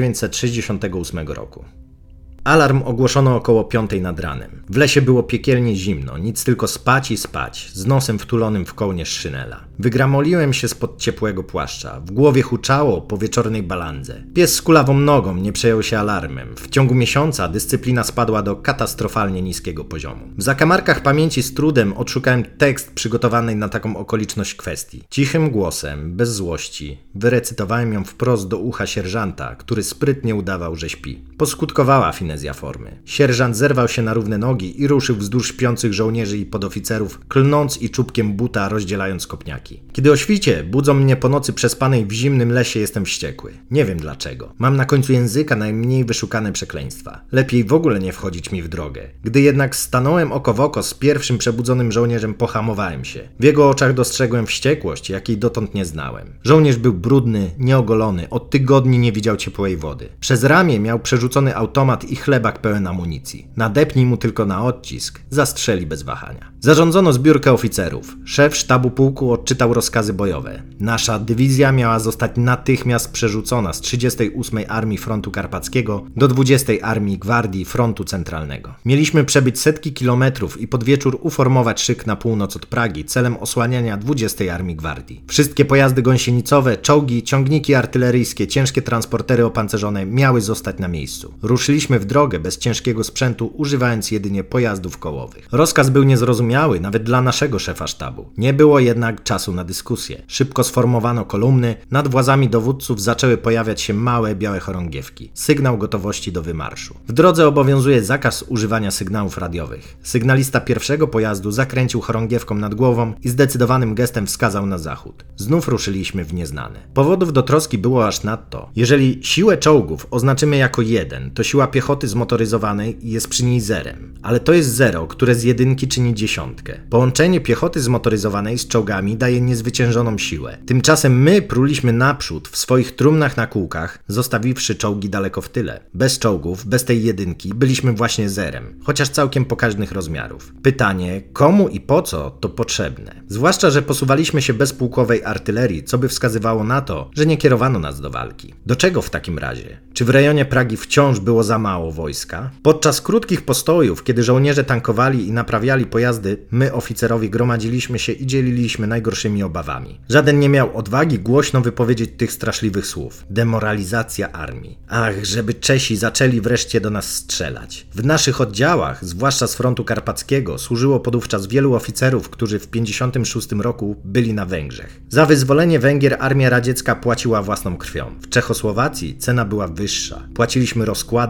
1968 roku. Alarm ogłoszono około 5 nad ranem. W lesie było piekielnie zimno, nic tylko spać i spać, z nosem wtulonym w kołnierz szynela. Wygramoliłem się spod ciepłego płaszcza, w głowie huczało po wieczornej balandze. Pies z kulawą nogą nie przejął się alarmem. W ciągu miesiąca dyscyplina spadła do katastrofalnie niskiego poziomu. W zakamarkach pamięci z trudem odszukałem tekst przygotowany na taką okoliczność kwestii. Cichym głosem, bez złości, wyrecytowałem ją wprost do ucha sierżanta, który sprytnie udawał, że śpi. Poskutkowała finezja formy. Sierżant zerwał się na równe nogi i ruszył wzdłuż śpiących żołnierzy i podoficerów, klnąc i czubkiem buta rozdzielając kopniaki. Kiedy o świcie budzą mnie po nocy przespanej w zimnym lesie, jestem wściekły. Nie wiem dlaczego. Mam na końcu języka najmniej wyszukane przekleństwa. Lepiej w ogóle nie wchodzić mi w drogę. Gdy jednak stanąłem oko w oko z pierwszym przebudzonym żołnierzem, pohamowałem się. W jego oczach dostrzegłem wściekłość, jakiej dotąd nie znałem. Żołnierz był brudny, nieogolony, od tygodni nie widział ciepłej wody. Przez ramię miał przerzucony automat i chlebak pełen amunicji. Nadepnij mu tylko na odcisk, zastrzeli bez wahania. Zarządzono zbiórkę oficerów. Szef sztabu pułku odczytał rozkazy bojowe. Nasza dywizja miała zostać natychmiast przerzucona z 38 Armii Frontu Karpackiego do 20 Armii Gwardii Frontu Centralnego. Mieliśmy przebyć setki kilometrów i pod wieczór uformować szyk na północ od Pragi celem osłaniania 20 Armii Gwardii. Wszystkie pojazdy gąsienicowe, czołgi, ciągniki artyleryjskie, ciężkie transportery opancerzone miały zostać na miejscu. Ruszyliśmy w drogę bez ciężkiego sprzętu, używając jedynie pojazdów kołowych. Rozkaz był niezrozumiały nawet dla naszego szefa sztabu. Nie było jednak czasu na dyskusję. Szybko sformowano kolumny, nad włazami dowódców zaczęły pojawiać się małe białe chorągiewki. Sygnał gotowości do wymarszu. W drodze obowiązuje zakaz używania sygnałów radiowych. Sygnalista pierwszego pojazdu zakręcił chorągiewką nad głową i zdecydowanym gestem wskazał na zachód. Znów ruszyliśmy w nieznane. Powodów do troski było aż nadto. Jeżeli siłę czołgów oznaczymy jako 1, to siła piechoty zmotoryzowanej jest przy niej zerem. Ale to jest 0, które z jedynki czyni 10. Połączenie piechoty zmotoryzowanej z czołgami daje niezwyciężoną siłę. Tymczasem my pruliśmy naprzód w swoich trumnach na kółkach, zostawiwszy czołgi daleko w tyle. Bez czołgów, bez tej jedynki byliśmy właśnie zerem, chociaż całkiem pokaźnych rozmiarów. Pytanie, komu i po co to potrzebne? Zwłaszcza, że posuwaliśmy się bez pułkowej artylerii, co by wskazywało na to, że nie kierowano nas do walki. Do czego w takim razie? Czy w rejonie Pragi wciąż było za mało wojska? Podczas krótkich postojów, kiedy żołnierze tankowali i naprawiali pojazdy, my oficerowie gromadziliśmy się i dzieliliśmy najgorszymi obawami. Żaden nie miał odwagi głośno wypowiedzieć tych straszliwych słów. Demoralizacja armii. Ach, żeby Czesi zaczęli wreszcie do nas strzelać. W naszych oddziałach, zwłaszcza z frontu karpackiego, służyło podówczas wielu oficerów, którzy w 1956 roku byli na Węgrzech. Za wyzwolenie Węgier armia radziecka płaciła własną krwią. W Czechosłowacji cena była wyższa. Płaciliśmy rozkładem,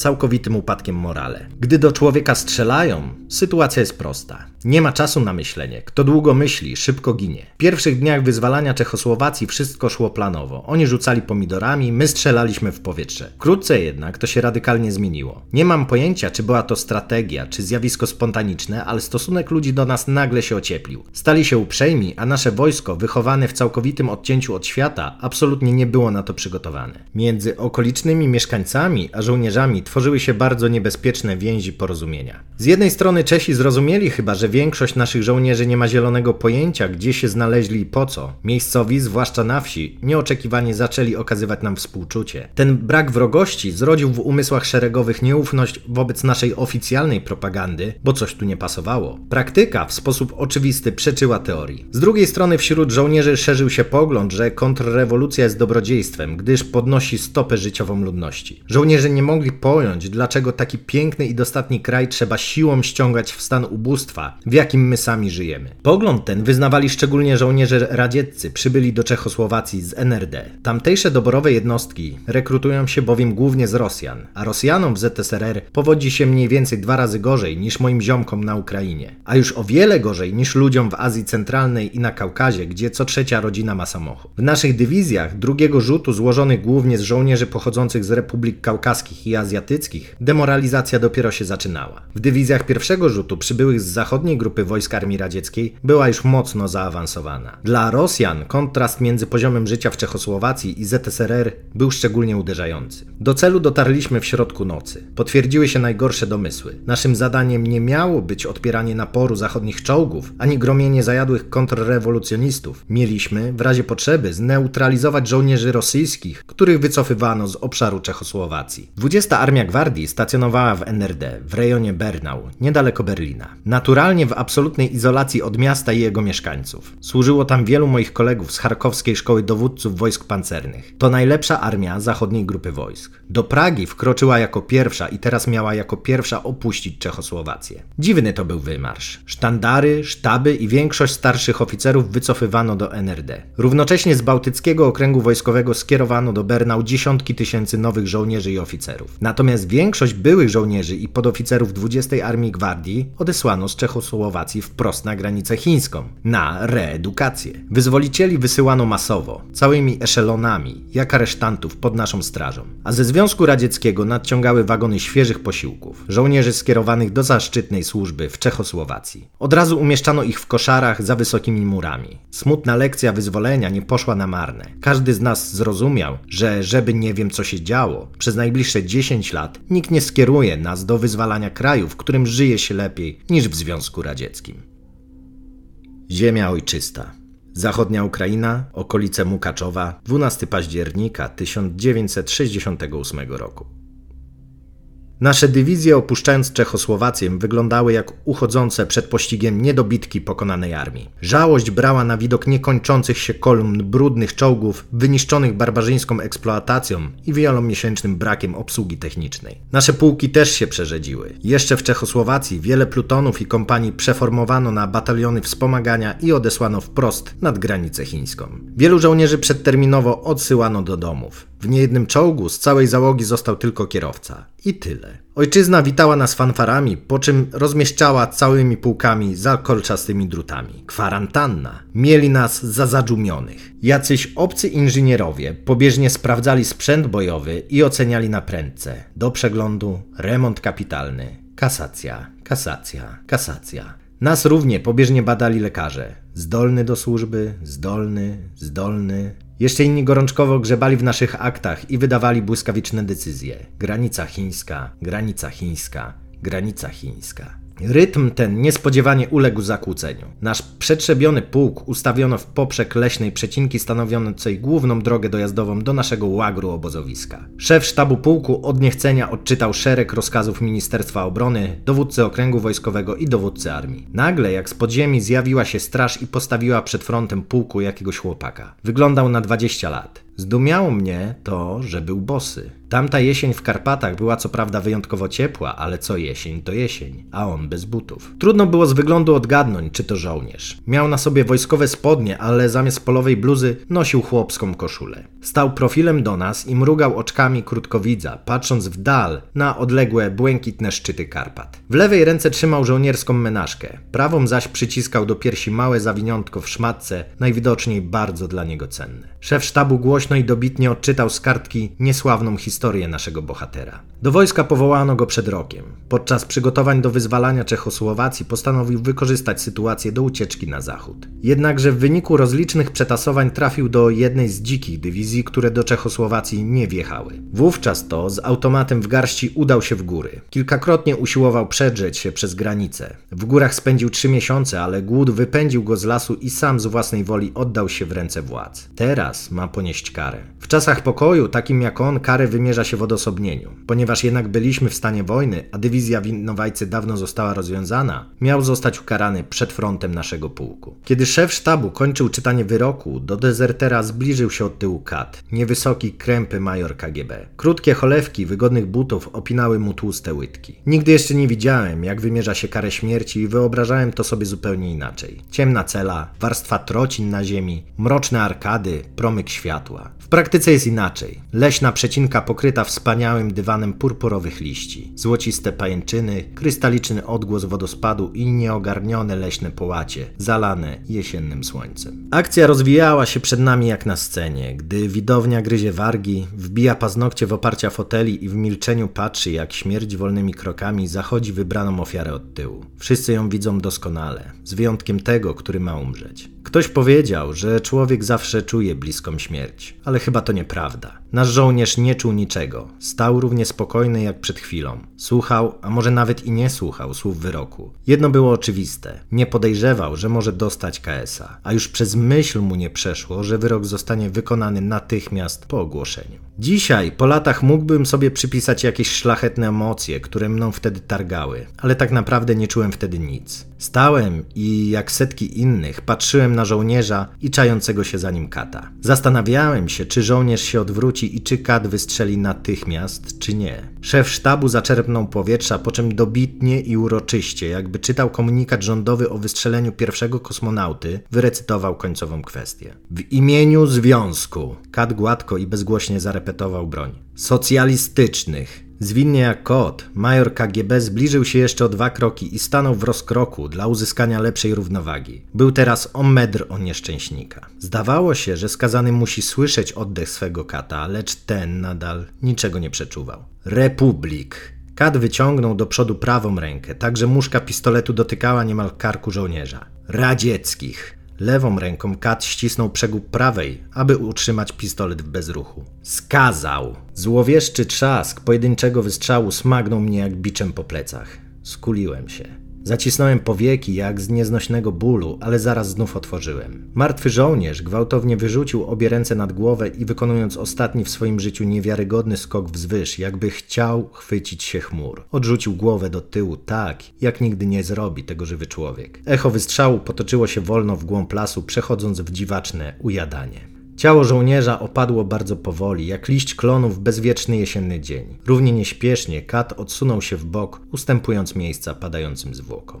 całkowitym upadkiem morale. Gdy do człowieka strzelają, sytuacja jest prosta. Nie ma czasu na myślenie. Kto długo myśli, szybko ginie. W pierwszych dniach wyzwalania Czechosłowacji wszystko szło planowo. Oni rzucali pomidorami, my strzelaliśmy w powietrze. Wkrótce jednak to się radykalnie zmieniło. Nie mam pojęcia, czy była to strategia, czy zjawisko spontaniczne, ale stosunek ludzi do nas nagle się ocieplił. Stali się uprzejmi, a nasze wojsko, wychowane w całkowitym odcięciu od świata, absolutnie nie było na to przygotowane. Między okolicznymi mieszkańcami a żołnierzami tworzyły się bardzo niebezpieczne więzi porozumienia. Z jednej strony Czesi zrozumieli chyba, że większość naszych żołnierzy nie ma zielonego pojęcia, gdzie się znaleźli i po co. Miejscowi, zwłaszcza na wsi, nieoczekiwanie zaczęli okazywać nam współczucie. Ten brak wrogości zrodził w umysłach szeregowych nieufność wobec naszej oficjalnej propagandy, bo coś tu nie pasowało. Praktyka w sposób oczywisty przeczyła teorii. Z drugiej strony wśród żołnierzy szerzył się pogląd, że kontrrewolucja jest dobrodziejstwem, gdyż podnosi stopę życiową ludności. Żołnierze nie mogli pojąć, dlaczego taki piękny i dostatni kraj trzeba siłą ściągać w stan ubóstwa, w jakim my sami żyjemy. Pogląd ten wyznawali szczególnie żołnierze radzieccy przybyli do Czechosłowacji z NRD. Tamtejsze doborowe jednostki rekrutują się bowiem głównie z Rosjan, a Rosjanom w ZSRR powodzi się mniej więcej 2 razy gorzej niż moim ziomkom na Ukrainie. A już o wiele gorzej niż ludziom w Azji Centralnej i na Kaukazie, gdzie co 3. rodzina ma samochód. W naszych dywizjach drugiego rzutu, złożonych głównie z żołnierzy pochodzących z republik kaukaskich i azjatyckich, demoralizacja dopiero się zaczynała. W dywizjach pierwszego rzutu przybyłych z zachodniej grupy wojsk Armii Radzieckiej była już mocno zaawansowana. Dla Rosjan kontrast między poziomem życia w Czechosłowacji i ZSRR był szczególnie uderzający. Do celu dotarliśmy w środku nocy. Potwierdziły się najgorsze domysły. Naszym zadaniem nie miało być odpieranie naporu zachodnich czołgów, ani gromienie zajadłych kontrrewolucjonistów. Mieliśmy, w razie potrzeby, zneutralizować żołnierzy rosyjskich, których wycofywano z obszaru Czechosłowacji. 20. Armia Gwardii stacjonowała w NRD, w rejonie Bernau, niedaleko Berlina. Naturalnie w absolutnej izolacji od miasta i jego mieszkańców. Służyło tam wielu moich kolegów z Charkowskiej Szkoły Dowódców Wojsk Pancernych. To najlepsza armia zachodniej grupy wojsk. Do Pragi wkroczyła jako pierwsza i teraz miała jako pierwsza opuścić Czechosłowację. Dziwny to był wymarsz. Sztandary, sztaby i większość starszych oficerów wycofywano do NRD. Równocześnie z Bałtyckiego Okręgu Wojskowego skierowano do Bernau dziesiątki tysięcy nowych żołnierzy i oficerów. Natomiast większość byłych żołnierzy i podoficerów 20. Armii Gwardii odesłano z Czechosłowacji wprost na granicę chińską, na reedukację. Wyzwolicieli wysyłano masowo, całymi eszelonami, jak aresztantów pod naszą strażą. A ze Związku Radzieckiego nadciągały wagony świeżych posiłków, żołnierzy skierowanych do zaszczytnej służby w Czechosłowacji. Od razu umieszczano ich w koszarach za wysokimi murami. Smutna lekcja wyzwolenia nie poszła na marne. Każdy z nas zrozumiał, że żeby nie wiem co się działo, przez najbliższe 10 lat nikt nie skieruje nas do wyzwalania kraju, w którym żyje się lepiej niż w Związku Radzieckim. Ziemia ojczysta. Zachodnia Ukraina, okolice Mukaczowa, 12 października 1968 roku. Nasze dywizje, opuszczając Czechosłowację, wyglądały jak uchodzące przed pościgiem niedobitki pokonanej armii. Żałość brała na widok niekończących się kolumn brudnych czołgów, wyniszczonych barbarzyńską eksploatacją i wielomiesięcznym brakiem obsługi technicznej. Nasze pułki też się przerzedziły. Jeszcze w Czechosłowacji wiele plutonów i kompanii przeformowano na bataliony wspomagania i odesłano wprost nad granicę chińską. Wielu żołnierzy przedterminowo odsyłano do domów. W niejednym czołgu z całej załogi został tylko kierowca. I tyle. Ojczyzna witała nas fanfarami, po czym rozmieszczała całymi pułkami za kolczastymi drutami. Kwarantanna. Mieli nas za zadżumionych. Jacyś obcy inżynierowie pobieżnie sprawdzali sprzęt bojowy i oceniali na prędce. Do przeglądu, remont kapitalny. Kasacja, kasacja, kasacja. Nas równie pobieżnie badali lekarze. Zdolny do służby, zdolny. Jeszcze inni gorączkowo grzebali w naszych aktach i wydawali błyskawiczne decyzje. Granica chińska, granica chińska, granica chińska. Rytm ten niespodziewanie uległ zakłóceniu. Nasz przetrzebiony pułk ustawiono w poprzek leśnej przecinki stanowiącej główną drogę dojazdową do naszego łagru obozowiska. Szef sztabu pułku od niechcenia odczytał szereg rozkazów Ministerstwa Obrony, dowódcy okręgu wojskowego i dowódcy armii. Nagle jak z podziemi zjawiła się straż i postawiła przed frontem pułku jakiegoś chłopaka. Wyglądał na 20 lat. Zdumiało mnie to, że był bosy. Tamta jesień w Karpatach była co prawda wyjątkowo ciepła, ale co jesień to jesień, a on bez butów. Trudno było z wyglądu odgadnąć, czy to żołnierz. Miał na sobie wojskowe spodnie, ale zamiast polowej bluzy nosił chłopską koszulę. Stał profilem do nas i mrugał oczkami krótkowidza, patrząc w dal na odległe, błękitne szczyty Karpat. W lewej ręce trzymał żołnierską menażkę, prawą zaś przyciskał do piersi małe zawiniątko w szmatce, najwidoczniej bardzo dla niego cenne. Szef sztabu głośno i dobitnie odczytał z kartki niesławną historię naszego bohatera. Do wojska powołano go przed rokiem. Podczas przygotowań do wyzwalania Czechosłowacji postanowił wykorzystać sytuację do ucieczki na zachód. Jednakże w wyniku rozlicznych przetasowań trafił do jednej z dzikich dywizji, które do Czechosłowacji nie wjechały. Wówczas to z automatem w garści udał się w góry. Kilkakrotnie usiłował przedrzeć się przez granicę. W górach spędził 3 miesiące, ale głód wypędził go z lasu i sam z własnej woli oddał się w ręce władz. Teraz ma ponieść karę. W czasach pokoju, takim jak on, karę wymierza się w odosobnieniu. Ponieważ jednak byliśmy w stanie wojny, a dywizja Winowajcy dawno została rozwiązana, miał zostać ukarany przed frontem naszego pułku. Kiedy szef sztabu kończył czytanie wyroku, do dezertera zbliżył się od tyłu Kat, niewysoki, krępy major KGB. Krótkie cholewki wygodnych butów opinały mu tłuste łydki. Nigdy jeszcze nie widziałem, jak wymierza się karę śmierci i wyobrażałem to sobie zupełnie inaczej. Ciemna cela, warstwa trocin na ziemi, mroczne arkady, promyk światła. W praktyce jest inaczej. Leśna przecinka pokryta wspaniałym dywanem purpurowych liści, złociste pajęczyny, krystaliczny odgłos wodospadu i nieogarnione leśne połacie, zalane jesiennym słońcem. Akcja rozwijała się przed nami jak na scenie, gdy widownia gryzie wargi, wbija paznokcie w oparcia foteli i w milczeniu patrzy, jak śmierć wolnymi krokami zachodzi wybraną ofiarę od tyłu. Wszyscy ją widzą doskonale, z wyjątkiem tego, który ma umrzeć. Ktoś powiedział, że człowiek zawsze czuje bliską śmierć, ale chyba to nieprawda. Nasz żołnierz nie czuł niczego. Stał równie spokojny jak przed chwilą. Słuchał, a może nawet i nie słuchał słów wyroku. Jedno było oczywiste. Nie podejrzewał, że może dostać KS-a, a już przez myśl mu nie przeszło, że wyrok zostanie wykonany natychmiast po ogłoszeniu. Dzisiaj, po latach, mógłbym sobie przypisać jakieś szlachetne emocje, które mną wtedy targały, ale tak naprawdę nie czułem wtedy nic. Stałem i, jak setki innych, patrzyłem na żołnierza i czającego się za nim Kata. Zastanawiałem się, czy żołnierz się odwróci i czy Kat wystrzeli natychmiast, czy nie. Szef sztabu zaczerpnął powietrza, po czym dobitnie i uroczyście, jakby czytał komunikat rządowy o wystrzeleniu pierwszego kosmonauty, wyrecytował końcową kwestię. W imieniu Związku, Kat gładko i bezgłośnie zarepetował broń, socjalistycznych. Zwinnie jak kot, major KGB zbliżył się jeszcze o 2 kroki i stanął w rozkroku dla uzyskania lepszej równowagi. Był teraz o metr od nieszczęśnika. Zdawało się, że skazany musi słyszeć oddech swego Kata, lecz ten nadal niczego nie przeczuwał. Republik. Kat wyciągnął do przodu prawą rękę, tak że muszka pistoletu dotykała niemal karku żołnierza. Radzieckich. Lewą ręką Kat ścisnął przegub prawej, aby utrzymać pistolet w bezruchu. Skazał! Złowieszczy trzask pojedynczego wystrzału smagnął mnie jak biczem po plecach. Skuliłem się. Zacisnąłem powieki jak z nieznośnego bólu, ale zaraz znów otworzyłem. Martwy żołnierz gwałtownie wyrzucił obie ręce nad głowę i wykonując ostatni w swoim życiu niewiarygodny skok wzwyż, jakby chciał chwycić się chmur. Odrzucił głowę do tyłu tak, jak nigdy nie zrobi tego żywy człowiek. Echo wystrzału potoczyło się wolno w głąb lasu, przechodząc w dziwaczne ujadanie. Ciało żołnierza opadło bardzo powoli, jak liść klonu w bezwieczny jesienny dzień. Równie nieśpiesznie Kat odsunął się w bok, ustępując miejsca padającym zwłokom.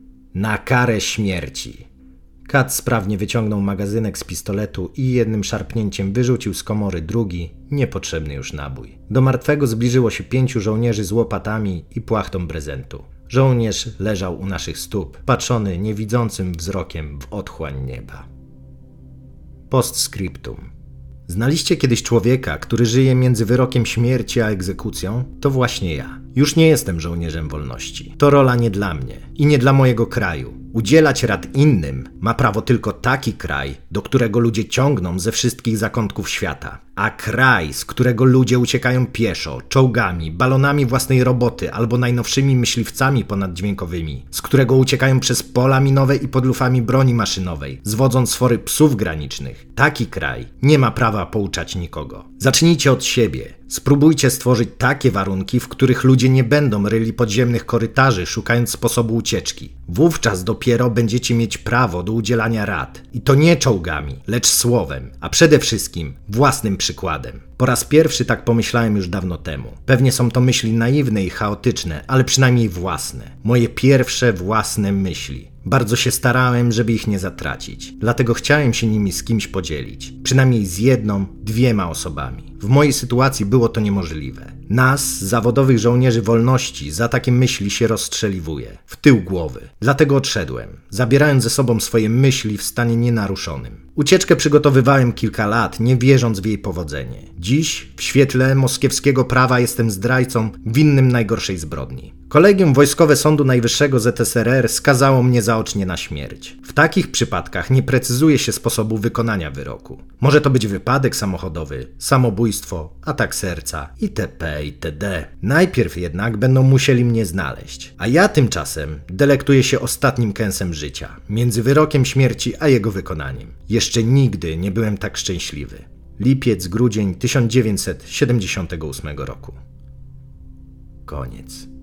Na karę śmierci! Kat sprawnie wyciągnął magazynek z pistoletu i jednym szarpnięciem wyrzucił z komory drugi, niepotrzebny już nabój. Do martwego zbliżyło się 5 żołnierzy z łopatami i płachtą prezentu. Żołnierz leżał u naszych stóp, patrzony niewidzącym wzrokiem w otchłań nieba. Postscriptum. Znaliście kiedyś człowieka, który żyje między wyrokiem śmierci a egzekucją? To właśnie ja. Już nie jestem żołnierzem wolności. To rola nie dla mnie i nie dla mojego kraju. Udzielać rad innym ma prawo tylko taki kraj, do którego ludzie ciągną ze wszystkich zakątków świata. A kraj, z którego ludzie uciekają pieszo, czołgami, balonami własnej roboty albo najnowszymi myśliwcami ponaddźwiękowymi, z którego uciekają przez pola minowe i pod lufami broni maszynowej, zwodząc sfory psów granicznych. Taki kraj nie ma prawa pouczać nikogo. Zacznijcie od siebie. Spróbujcie stworzyć takie warunki, w których ludzie nie będą ryli podziemnych korytarzy, szukając sposobu ucieczki. Wówczas dopiero będziecie mieć prawo do udzielania rad. I to nie czołgami, lecz słowem, a przede wszystkim własnym przykładem. Po raz pierwszy tak pomyślałem już dawno temu. Pewnie są to myśli naiwne i chaotyczne, ale przynajmniej własne. Moje pierwsze własne myśli. Bardzo się starałem, żeby ich nie zatracić. Dlatego chciałem się nimi z kimś podzielić. Przynajmniej z jedną, 2 osobami. W mojej sytuacji było to niemożliwe. Nas, zawodowych żołnierzy wolności, za takie myśli się rozstrzeliwuje. W tył głowy. Dlatego odszedłem, zabierając ze sobą swoje myśli w stanie nienaruszonym. Ucieczkę przygotowywałem kilka lat, nie wierząc w jej powodzenie. Dziś, w świetle moskiewskiego prawa, jestem zdrajcą winnym najgorszej zbrodni. Kolegium Wojskowe Sądu Najwyższego ZSRR skazało mnie zaocznie na śmierć. W takich przypadkach nie precyzuje się sposobu wykonania wyroku. Może to być wypadek samochodowy, samobójstwo, atak serca itp. itd. Najpierw jednak będą musieli mnie znaleźć. A ja tymczasem delektuję się ostatnim kęsem życia, między wyrokiem śmierci a jego wykonaniem. Jeszcze nigdy nie byłem tak szczęśliwy. Lipiec, grudzień 1978 roku. Koniec.